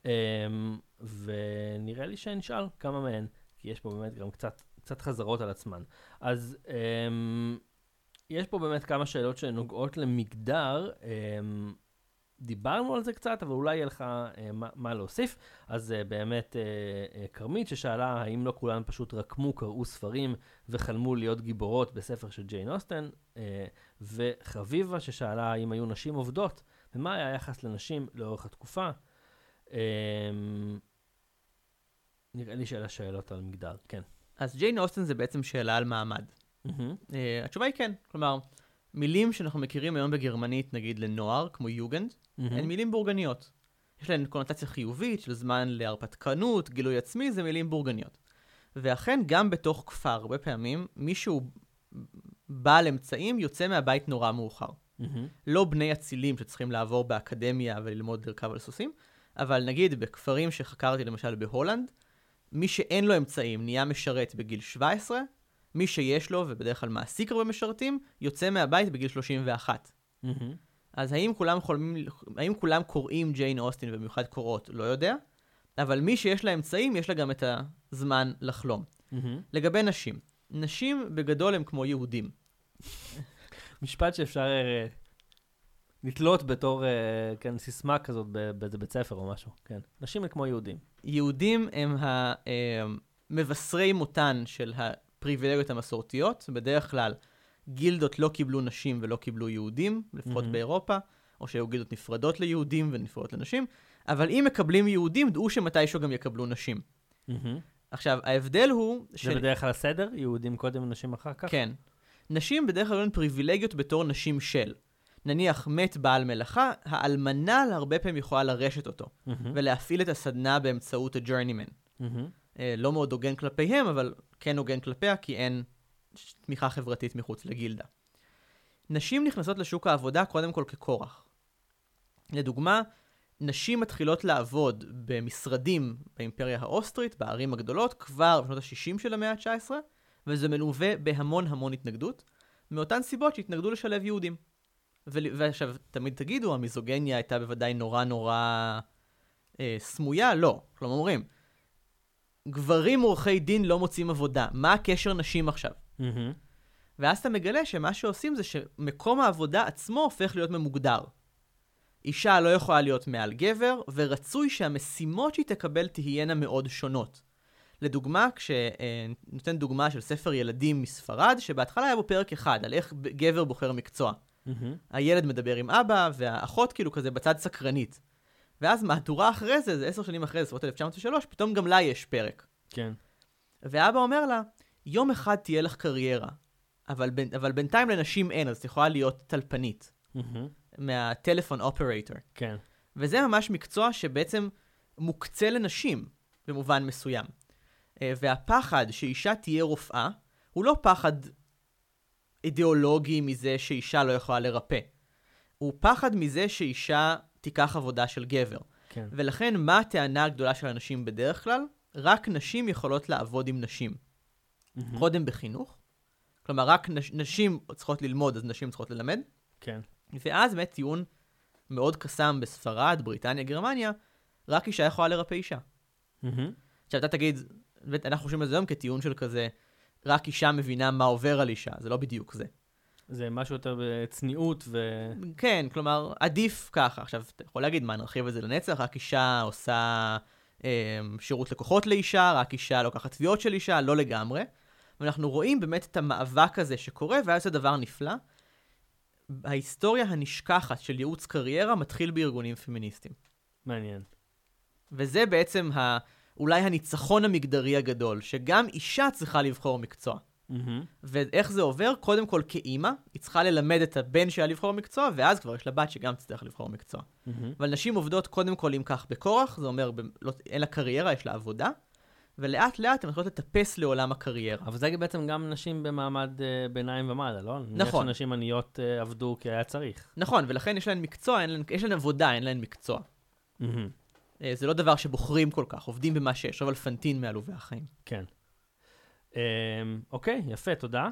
ונראה לי שנשאל כמה מהן, כי יש פה באמת גם קצת חזרות על עצמן. אז יש פה באמת כמה שאלות שנוגעות למגדר, דיברנו על זה קצת, אבל אולי יהיה לך מה להוסיף. אז באמת קרמית ששאלה האם לא כולן פשוט רקמו, קראו ספרים וחלמו להיות גיבורות בספר של ג'יין אוסטן, וחביבה ששאלה האם היו נשים עובדות, ומה היה היחס לנשים לאורך התקופה. נראה לי שאלה שאלות על מגדר, כן. אז ג'יין אוסטן זה בעצם שאלה על מעמד. התשובה היא כן, כלומר, מילים שאנחנו מכירים היום בגרמנית, נגיד לנוער, כמו יוגנד, הן מילים בורגניות. יש להן קונוטציה חיובית של זמן להרפתקנות, גילוי עצמי, זה מילים בורגניות. ואכן, גם בתוך כפר, הרבה פעמים, מישהו בעל אמצעים יוצא מהבית נורא מאוחר. לא בני אצילים שצריכים לעבור באקדמיה וללמוד לרכב על סוסים, אבל נגיד בכפרים שחקרתי למשל בהולנד, מי שאין לו אמצעים נהיה משרת בגיל 17, מי שיש לו, ובדרך כלל מעסיק הרבה משרתים, יוצא מהבית בגיל 31. אז האם כולם קוראים ג'יין אוסטין ובמיוחד קוראות? לא יודע. אבל מי שיש לה אמצעים, יש לה גם את הזמן לחלום. לגבי נשים. נשים בגדול הם כמו יהודים. משפט שאפשר לתלות בתור סיסמה כזאת באיזה בית ספר או משהו. כן. נשים הם כמו יהודים. יהודים הם מבשרי מותן של הפריבילגיות המסורתיות. בדרך כלל גילדות לא קיבלו נשים ולא קיבלו יהודים, לפחות באירופה, או שהיו גילדות נפרדות ליהודים ונפרדות לנשים. אבל אם מקבלים יהודים, דעו שמתישהו גם יקבלו נשים. עכשיו, ההבדל הוא... זה בדרך כלל הסדר? יהודים קודם ונשים אחר כך? כן. נשים בדרך כלל הן פריבילגיות בתור נשים של. נניח מת בעל מלאכה, האלמנה הרבה פעמים יכולה לרשת אותו, ולהפעיל את הסדנה באמצעות הג'רנימן. לא מאוד הוגן כלפיהם, אבל כן הוגן כלפיה, כי אין תמיכה חברתית מחוץ לגילדה. נשים נכנסות לשוק העבודה קודם כל כקורח. לדוגמה, נשים מתחילות לעבוד במשרדים באימפריה האוסטרית, בערים הגדולות, כבר בשנות ה-60 של המאה ה-19, וזה מלווה בהמון המון התנגדות, מאותן סיבות שהתנגדו לשלב יהודים. ועכשיו, תמיד תגידו, המיזוגניה הייתה בוודאי נורא סמויה? לא. כלומר, אומרים, גברים עורכי דין לא מוצאים עבודה. מה הקשר נשים עכשיו? ואז אתה מגלה שמה שעושים זה שמקום העבודה עצמו הופך להיות ממוגדר. אישה לא יכולה להיות מעל גבר, ורצוי שהמשימות שהיא תקבל תהיינה מאוד שונות. לדוגמה, כשנותן דוגמה של ספר ילדים מספרד, שבהתחלה היה בו פרק אחד, על איך גבר בוחר מקצוע. הילד מדבר עם אבא, והאחות כאילו כזה בצד סקרנית. ואז מהדורה אחרי זה 10 שנים אחרי זה, סביבות 1903, פתאום גם לה יש פרק. כן. ואבא אומר לה, יום אחד תהיה לך קריירה, אבל בינתיים לנשים אין, אז את יכולה להיות טלפנית. מהטלפון אופרייטור. כן. וזה ממש מקצוע שבעצם מוקצה לנשים, במובן מסוים. והפחד שאישה תהיה רופאה, הוא לא פחד אידיאולוגי מזה שאישה לא יכולה לרפא. הוא פחד מזה שאישה תיקח עבודה של גבר. כן. ולכן מה הטענה הגדולה של אנשים בדרך כלל? רק נשים יכולות לעבוד עם נשים. קודם בחינוך. כלומר, רק נשים צריכות ללמוד, אז נשים צריכות ללמד. כן. ואז באמת טיעון מאוד קסם בספרד, בריטניה, גרמניה, רק אישה יכולה לרפא אישה. עכשיו אתה תגיד, אנחנו חושבים על זה היום כטיעון של כזה, רק אישה מבינה מה עובר על אישה, זה לא בדיוק זה. זה משהו יותר בצניעות כן, כלומר, עדיף ככה. עכשיו, אתה יכול להגיד, מה, נרחיב את זה לנצח? רק אישה עושה שירות לקוחות לאישה, רק אישה לוקחת תביעות של אישה, לא לגמרי. ואנחנו רואים באמת את המאבק הזה שקורה, ואז זה דבר נפלא. ההיסטוריה הנשכחת של ייעוץ קריירה מתחיל בארגונים פמיניסטיים. מעניין. וזה בעצם אולי הניצחון המגדרי הגדול, שגם אישה צריכה לבחור מקצוע. ואיך זה עובר? קודם כל כאימא, היא צריכה ללמד את הבן שלה לבחור מקצוע, ואז כבר יש לה בת שגם תצטרך לבחור מקצוע. אבל נשים עובדות קודם כל אם כך בכורח, זה אומר אין לה קריירה, יש לה עבודה, ולאט לאט הן מתחילות לטפס לעולם הקריירה. אבל זה בעצם גם נשים במעמד ביניים ומעלה, לא? נכון. נשים עניות עבדו כי היה צריך. נכון, ולכן יש להן מקצוע, יש להן עבודה, אין להן מקצוע. זה לא דבר שבוחרים כל כך, עובדים במה שיש, אבל פנטין מעלובי החיים. כן. אוקיי, יפה, תודה.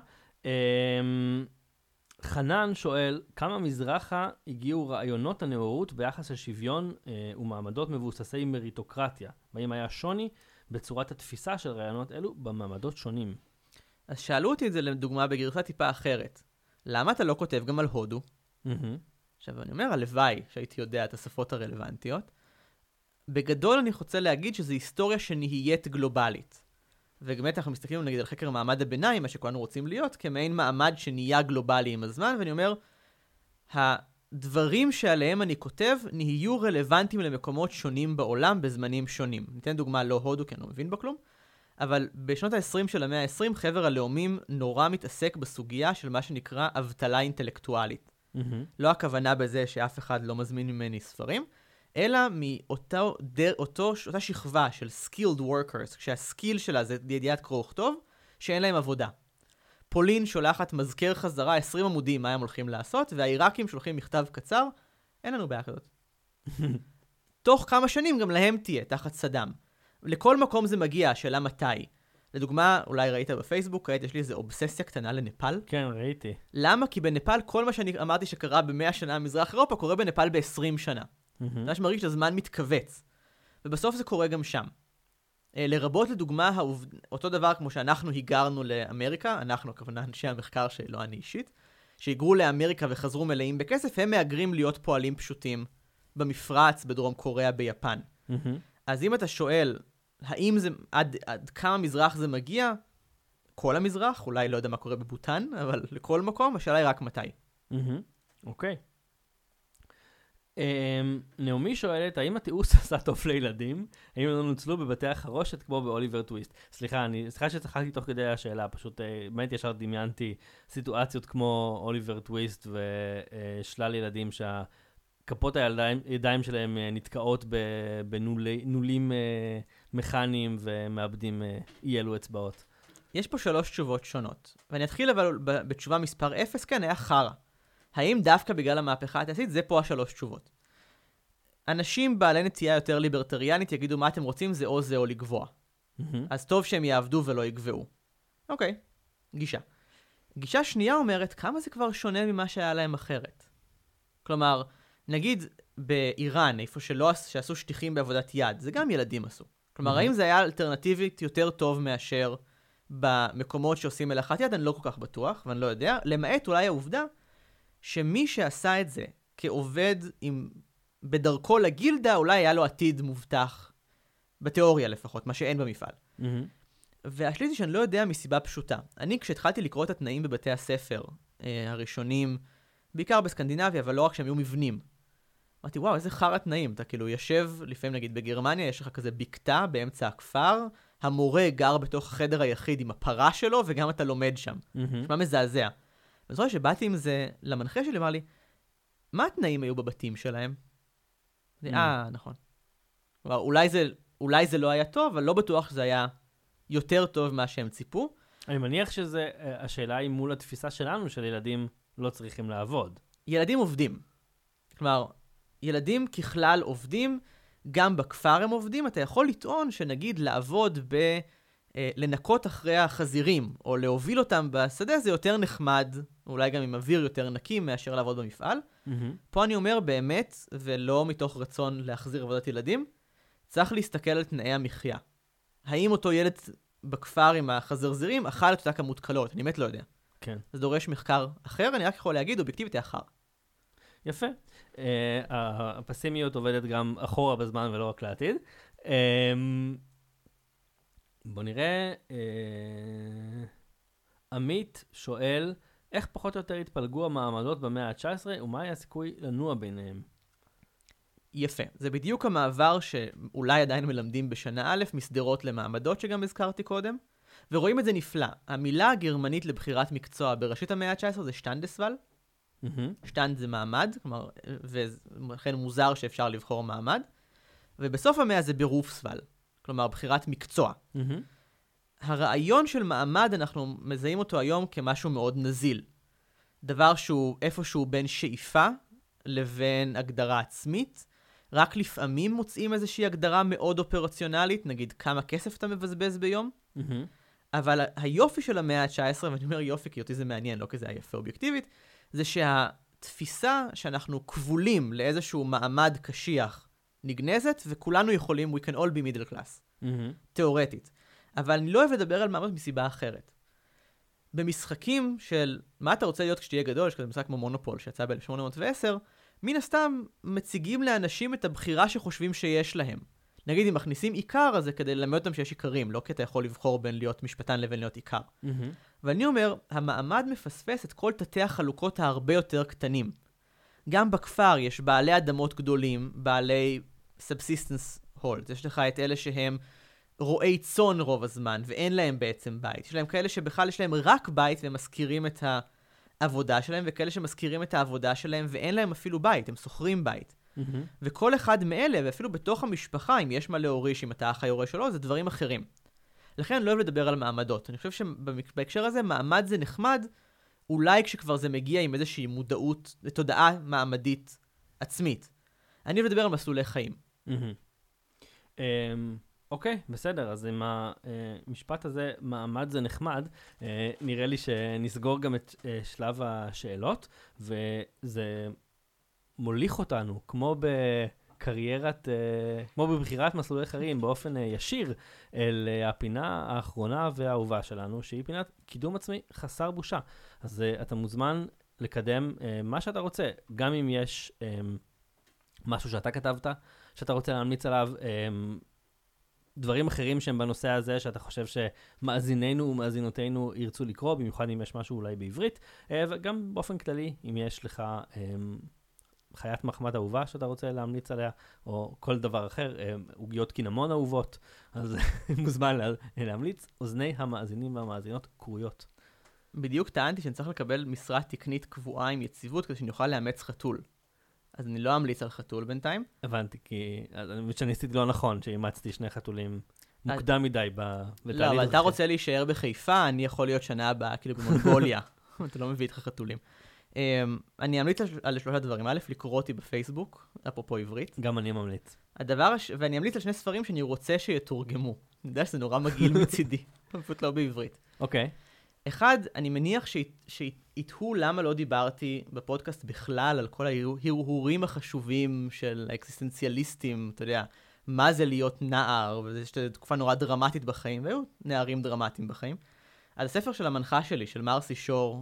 חנן שואל, כמה מזרחה הגיעו רעיונות הנאורות ביחס לשוויון ומעמדות מבוססי מריטוקרטיה? והאם היה שוני בצורת התפיסה של רעיונות אלו במעמדות שונים? אז שאלו אותי את זה לדוגמה בגרסה טיפה אחרת. למה אתה לא כותב גם על הודו? עכשיו אני אומר, הלוואי שהייתי יודע את השפות הרלוונטיות. בגדול אני רוצה להגיד שזו היסטוריה שנהיית גלובלית. ובאמת אנחנו מסתכלים נגיד על חקר מעמד הביניים, מה שכולנו רוצים להיות, כמעין מעמד שנהיה גלובלי עם הזמן, ואני אומר, הדברים שעליהם אני כותב נהיו רלוונטיים למקומות שונים בעולם בזמנים שונים. ניתן דוגמה לא הודו, כי אני לא מבין בכלום, אבל בשנות ה-20 של המאה ה-20, חבר הלאומים נורא מתעסק בסוגיה של מה שנקרא אבטלה אינטלקטואלית. לא הכוונה בזה שאף אחד לא מזמין ממני ספרים, אלא מאותה שכבה של skilled workers, כשהסקיל שלה זה ידיעת קרוא וכתוב, שאין להם עבודה. פולין שולחת מזכר חזרה 20 עמודים מה הם הולכים לעשות, והעיראקים שולחים מכתב קצר, אין לנו בעיה כזאת. תוך כמה שנים גם להם תהיה, תחת סדאם. לכל מקום זה מגיע, השאלה מתי. לדוגמה, אולי ראית בפייסבוק, כעת יש לי איזו אובססיה קטנה לנפל. כן, ראיתי. למה? כי בנפל כל מה שאני אמרתי שקרה ב100 שנה במזרח אירופה, קורה בנפל ב20 שנה. ממש מרגיש שהזמן מתכווץ. ובסוף זה קורה גם שם. לרבות לדוגמה, אותו דבר כמו שאנחנו היגרנו לאמריקה, אנחנו הכוונה אנשי המחקר שלא אני אישית, שהיגרו לאמריקה וחזרו מלאים בכסף, הם מהגרים להיות פועלים פשוטים במפרץ, בדרום קוריאה, ביפן. אז אם אתה שואל, האם זה, עד כמה מזרח זה מגיע? כל המזרח, אולי לא יודע מה קורה בבוטן, אבל לכל מקום, השאלה היא רק מתי. אוקיי. נעמי שואלת, האם התיעוש עשה טוב לילדים? האם הם לא נוצלו בבתי החרושת כמו באוליבר טוויסט? סליחה שצחקתי תוך כדי השאלה, פשוט באמת ישר דמיינתי סיטואציות כמו אוליבר טוויסט ושלל ילדים כפות הידיים שלהם נתקעות בנולים מכניים ומאבדים אי אלו אצבעות. יש פה 3 תשובות שונות. ואני אתחיל אבל בתשובה מספר 0, כן, היה חרה. האם דווקא בגלל המהפכה התעשייתית? זה פה 3 תשובות. אנשים בעלי נטייה יותר ליברטריאנית יגידו מה אתם רוצים, זה או זה או לגבוה. אז טוב שהם יעבדו ולא יגבעו. אוקיי, גישה. גישה שנייה אומרת כמה זה כבר שונה ממה שהיה להם אחרת. כלומר, נגיד באיראן, איפה שעשו שטיחים בעבודת יד, זה גם ילדים עשו. כלומר, האם זה היה אלטרנטיבית יותר טוב מאשר במקומות שעושים מלאכת יד? אני לא כל כך בטוח, ואני לא יודע. למעט אולי העובדה שמי שעשה את זה כעובד בדרכו לגילדה, אולי היה לו עתיד מובטח, בתיאוריה לפחות, מה שאין במפעל. והשלישי שאני לא יודע מסיבה פשוטה. אני כשהתחלתי לקרוא את התנאים בבתי הספר הראשונים, בעיקר בסקנדינביה, אבל לא רק שהם היו מבנים. אמרתי, וואו, איזה חר התנאים. אתה כאילו יושב, לפעמים נגיד בגרמניה, יש לך כזה בקתה באמצע הכפר, המורה גר בתוך החדר היחיד עם הפרה שלו, וגם אתה לומד שם. נשמע מזעזע. ואני זוכר שבאתי עם זה למנחה שלי, אמר לי, מה התנאים היו בבתים שלהם? נכון. אולי זה לא היה טוב, אבל לא בטוח שזה היה יותר טוב ממה שהם ציפו. אני מניח שזה, השאלה היא מול התפיסה שלנו, של ילדים לא צריכים לעבוד. ילדים עובדים. כלומר, ילדים ככלל עובדים, גם בכפר הם עובדים. אתה יכול לטעון שנגיד לעבוד לנקות אחרי החזירים, או להוביל אותם בשדה, זה יותר נחמד, אולי גם עם אוויר יותר נקי, מאשר לעבוד במפעל. פה אני אומר באמת, ולא מתוך רצון להחזיר עבודת ילדים, צריך להסתכל על תנאי המחיה. האם אותו ילד בכפר עם החזרזירים אכל את אותה כמות קלות? אני באמת לא יודע. כן. זה דורש מחקר אחר, אני רק יכול להגיד, אובייקטיבית אחר. יפה. הפסימיות עובדת גם אחורה בזמן ולא רק לעתיד. בוא נראה. עמית שואל, איך פחות או יותר התפלגו המעמדות במאה ה-19 ומה היה הסיכוי לנוע ביניהם? יפה. זה בדיוק המעבר שאולי עדיין מלמדים בשנה א', מסדרות למעמדות שגם הזכרתי קודם, ורואים את זה נפלא. המילה הגרמנית לבחירת מקצוע בראשית המאה ה-19 זה שטנדסוול. שטנד זה מעמד, כלומר, ולכן מוזר שאפשר לבחור מעמד. ובסוף המאה זה ברופסוול, כלומר, בחירת מקצוע. הרעיון של מעמד, אנחנו מזהים אותו היום כמשהו מאוד נזיל. דבר שהוא איפשהו בין שאיפה לבין הגדרה עצמית. רק לפעמים מוצאים איזושהי הגדרה מאוד אופרציונלית, נגיד כמה כסף אתה מבזבז ביום. אבל היופי של המאה ה-19, ואני אומר יופי כי אותי זה מעניין, לא כי זה היה יפה אובייקטיבית, זה שהתפיסה שאנחנו כבולים לאיזשהו מעמד קשיח נגנזת, וכולנו יכולים, we can all be middle class. תיאורטית. אבל אני לא אוהב לדבר על מעמד מסיבה אחרת. במשחקים של מה אתה רוצה להיות כשתהיה גדול, שכזה משחק כמו מונופול שיצא ב-1810, מן הסתם מציגים לאנשים את הבחירה שחושבים שיש להם. נגיד אם מכניסים עיקר, אז זה כדי ללמד אותם שיש עיקרים, לא כי אתה יכול לבחור בין להיות משפטן לבין להיות עיקר. ואני אומר, המעמד מפספס את כל תתי החלוקות הרבה יותר קטנים. גם בכפר יש בעלי אדמות גדולים, בעלי subsistence hold. יש לך את אלה שהם רועי צאן רוב הזמן, ואין להם בעצם בית. יש להם כאלה שבכלל יש להם רק בית, והם מזכירים את העבודה שלהם, וכאלה שמזכירים את העבודה שלהם, ואין להם אפילו בית, הם שוכרים בית. וכל אחד מאלה, ואפילו בתוך המשפחה, אם יש מה להוריש, אם אתה אח היורש או לא, זה דברים אחרים. לכן אני לא אוהב לדבר על מעמדות. אני חושב שבהקשר הזה, מעמד זה נחמד, אולי כשכבר זה מגיע עם איזושהי מודעות, לתודעה מעמדית עצמית. אני אוהב לדבר על מסלולי חיים. אוקיי, בסדר. אז עם המשפט הזה, מעמד זה נחמד, נראה לי שנסגור גם את שלב השאלות, וזה מוליך אותנו, כמו בקריירת, כמו בבחירת מסלולי חיים, באופן ישיר אל הפינה האחרונה והאהובה שלנו, שהיא פינת קידום עצמי חסר בושה. אז אתה מוזמן לקדם מה שאתה רוצה, גם אם יש משהו שאתה כתבת, שאתה רוצה להמליץ עליו, דברים אחרים שהם בנושא הזה, שאתה חושב שמאזיננו ומאזינותינו ירצו לקרוא, במיוחד אם יש משהו אולי בעברית, וגם באופן כללי, אם יש לך חיית מחמד אהובה שאתה רוצה להמליץ עליה, או כל דבר אחר, עוגיות קינמון אהובות, אז מוזמן להמליץ. אוזני המאזינים והמאזינות קרויות. בדיוק טענתי שאני צריך לקבל משרה תקנית קבועה עם יציבות, כדי שאני אוכל לאמץ חתול. אז אני לא אמליץ על חתול בינתיים. הבנתי, כי אני מבין שאני עשיתי לא נכון, שאימצתי 2 חתולים מוקדם מדי בתהליך. לא, אבל אתה רוצה להישאר בחיפה, אני יכול להיות שנה הבאה, כאילו במונגוליה. אתה לא מביא איתך חתולים. אני אמליץ על 3 דברים. א', לקרוא אותי בפייסבוק, אפרופו עברית. גם אני ממליץ. ואני אמליץ על 2 ספרים שאני רוצה שיתורגמו. אני יודע שזה נורא מגעיל מצידי, פשוט לא בעברית. אוקיי. אחד, אני מניח שיתהו למה לא דיברתי בפודקאסט בכלל על כל ההרהורים החשובים של האקסיסטנציאליסטים, אתה יודע, מה זה להיות נער, וזו תקופה נורא דרמטית בחיים, והיו נערים דרמטיים בחיים. אז הספר של המנחה שלי, של מרסי שור,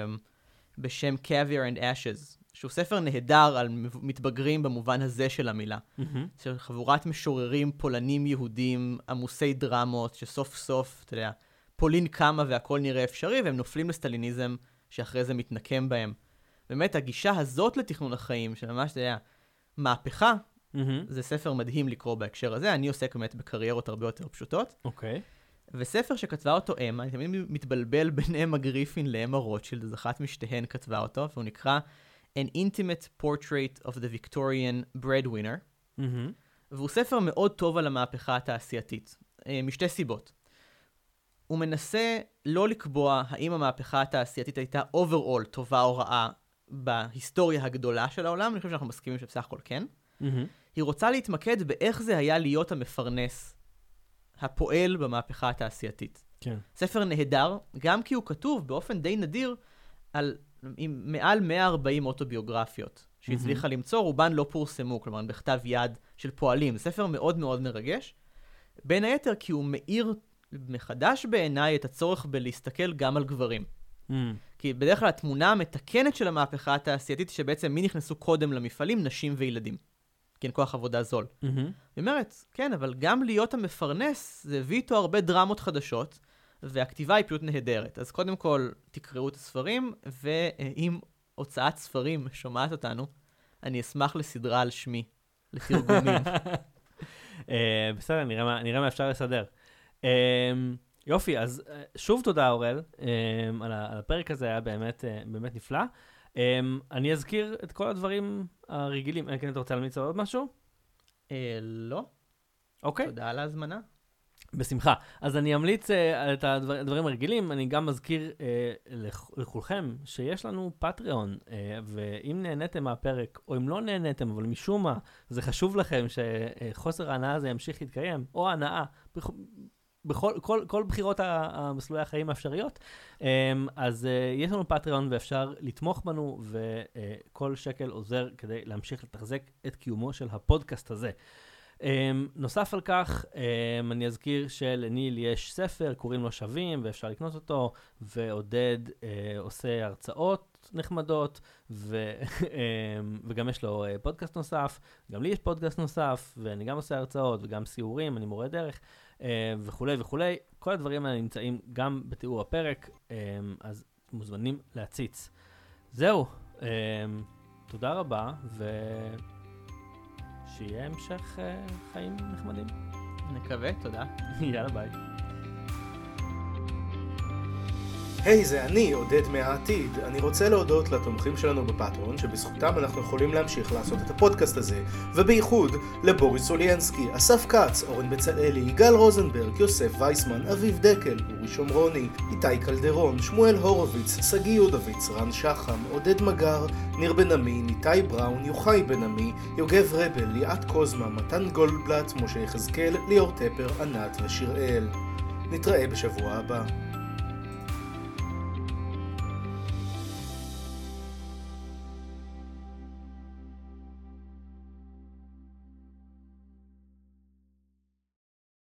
בשם Caviar and Ashes, שהוא ספר נהדר על מתבגרים במובן הזה של המילה. של חבורת משוררים פולנים יהודים, עמוסי דרמות, שסוף סוף, אתה יודע, פולין קמה והכל נראה אפשרי, והם נופלים לסטליניזם שאחרי זה מתנקם בהם. באמת, הגישה הזאת לתכנון החיים, שממש, אתה יודע, מהפכה, זה ספר מדהים לקרוא בהקשר הזה. אני עוסק באמת בקריירות הרבה יותר פשוטות. אוקיי. וספר שכתבה אותו אמה, אני תמיד מתבלבל בין אמה גריפין לאמה רוטשילד, אז אחת משתיהן כתבה אותו, והוא נקרא An Intimate Portrait of the Victorian Breadwinner. והוא ספר מאוד טוב על המהפכה התעשייתית, משתי סיבות. הוא מנסה לא לקבוע האם המהפכה התעשייתית הייתה overall טובה או רעה בהיסטוריה הגדולה של העולם, אני חושב שאנחנו מסכימים שבסך הכל כן. היא רוצה להתמקד באיך זה היה להיות המפרנס, הפועל במהפכה התעשייתית. כן. ספר נהדר, גם כי הוא כתוב באופן די נדיר עם מעל 140 אוטוביוגרפיות שהצליחה למצוא, רובן לא פורסמו, כלומר בכתב יד של פועלים. זה ספר מאוד מאוד מרגש, בין היתר כי הוא מאיר מחדש בעיניי את הצורך בלהסתכל גם על גברים. כי בדרך כלל התמונה המתקנת של המהפכה התעשייתית, שבעצם מי נכנסו קודם למפעלים? נשים וילדים. כן, כוח עבודה זול. היא אומרת, כן, אבל גם להיות המפרנס, זה הביא איתו הרבה דרמות חדשות, והכתיבה היא פשוט נהדרת. אז קודם כל, תקראו את הספרים, ואם הוצאת ספרים שומעת אותנו, אני אשמח לסדרה על שמי, לתרגומים. בסדר, נראה מה אפשר לסדר. יופי, אז שוב תודה אורל, על הפרק הזה היה באמת נפלא. אני אזכיר את כל הדברים הרגילים. כן, אתה רוצה להמליץ על עוד משהו? לא. אוקיי. תודה על ההזמנה. בשמחה. אז אני אמליץ את הדברים הרגילים. אני גם מזכיר לכולכם שיש לנו פטריון, ואם נהניתם מהפרק, או אם לא נהניתם, אבל משום מה, זה חשוב לכם שחוסר ההנאה הזה ימשיך להתקיים, או ההנאה, בכל בחירות המסלולי החיים האפשריות, אז יש לנו פטריון ואפשר לתמוך בנו, וכל שקל עוזר כדי להמשיך לתחזק את קיומו של הפודקאסט הזה. נוסף על כך, אני אזכיר שלניל יש ספר, קוראים לו שווים, ואפשר לקנות אותו, ועודד עושה הרצאות נחמדות, וגם יש לו פודקאסט נוסף, גם לי יש פודקאסט נוסף, ואני גם עושה הרצאות וגם סיורים, אני מורה דרך, וכולי וכולי. כל הדברים האלה נמצאים גם בתיאור הפרק, אז מוזמנים להציץ. זהו, תודה רבה, שיהיה המשך חיים נחמדים. נקווה, תודה. יאללה, ביי. היי, זה אני, עודד מהעתיד. אני רוצה להודות לתומכים שלנו בפטריון, שבזכותם אנחנו יכולים להמשיך לעשות את הפודקאסט הזה, ובייחוד לבוריס סוליינסקי, אסף קץ, אורן בצלאלי, יגאל רוזנברג, יוסף וייסמן, אביב דקל, אורי שומרוני, איתי קלדרון, שמואל הורוביץ, סגי יודוביץ, רן שחם, עודד מגר, ניר בן עמי, ניתי בראון, יוחאי בן עמי, יוגב רבל, ליאת קוזמה, מתן גולדבלט, משה יחזקאל, ליאור טפר, ענת ושיראל. נתראה בשבוע הבא.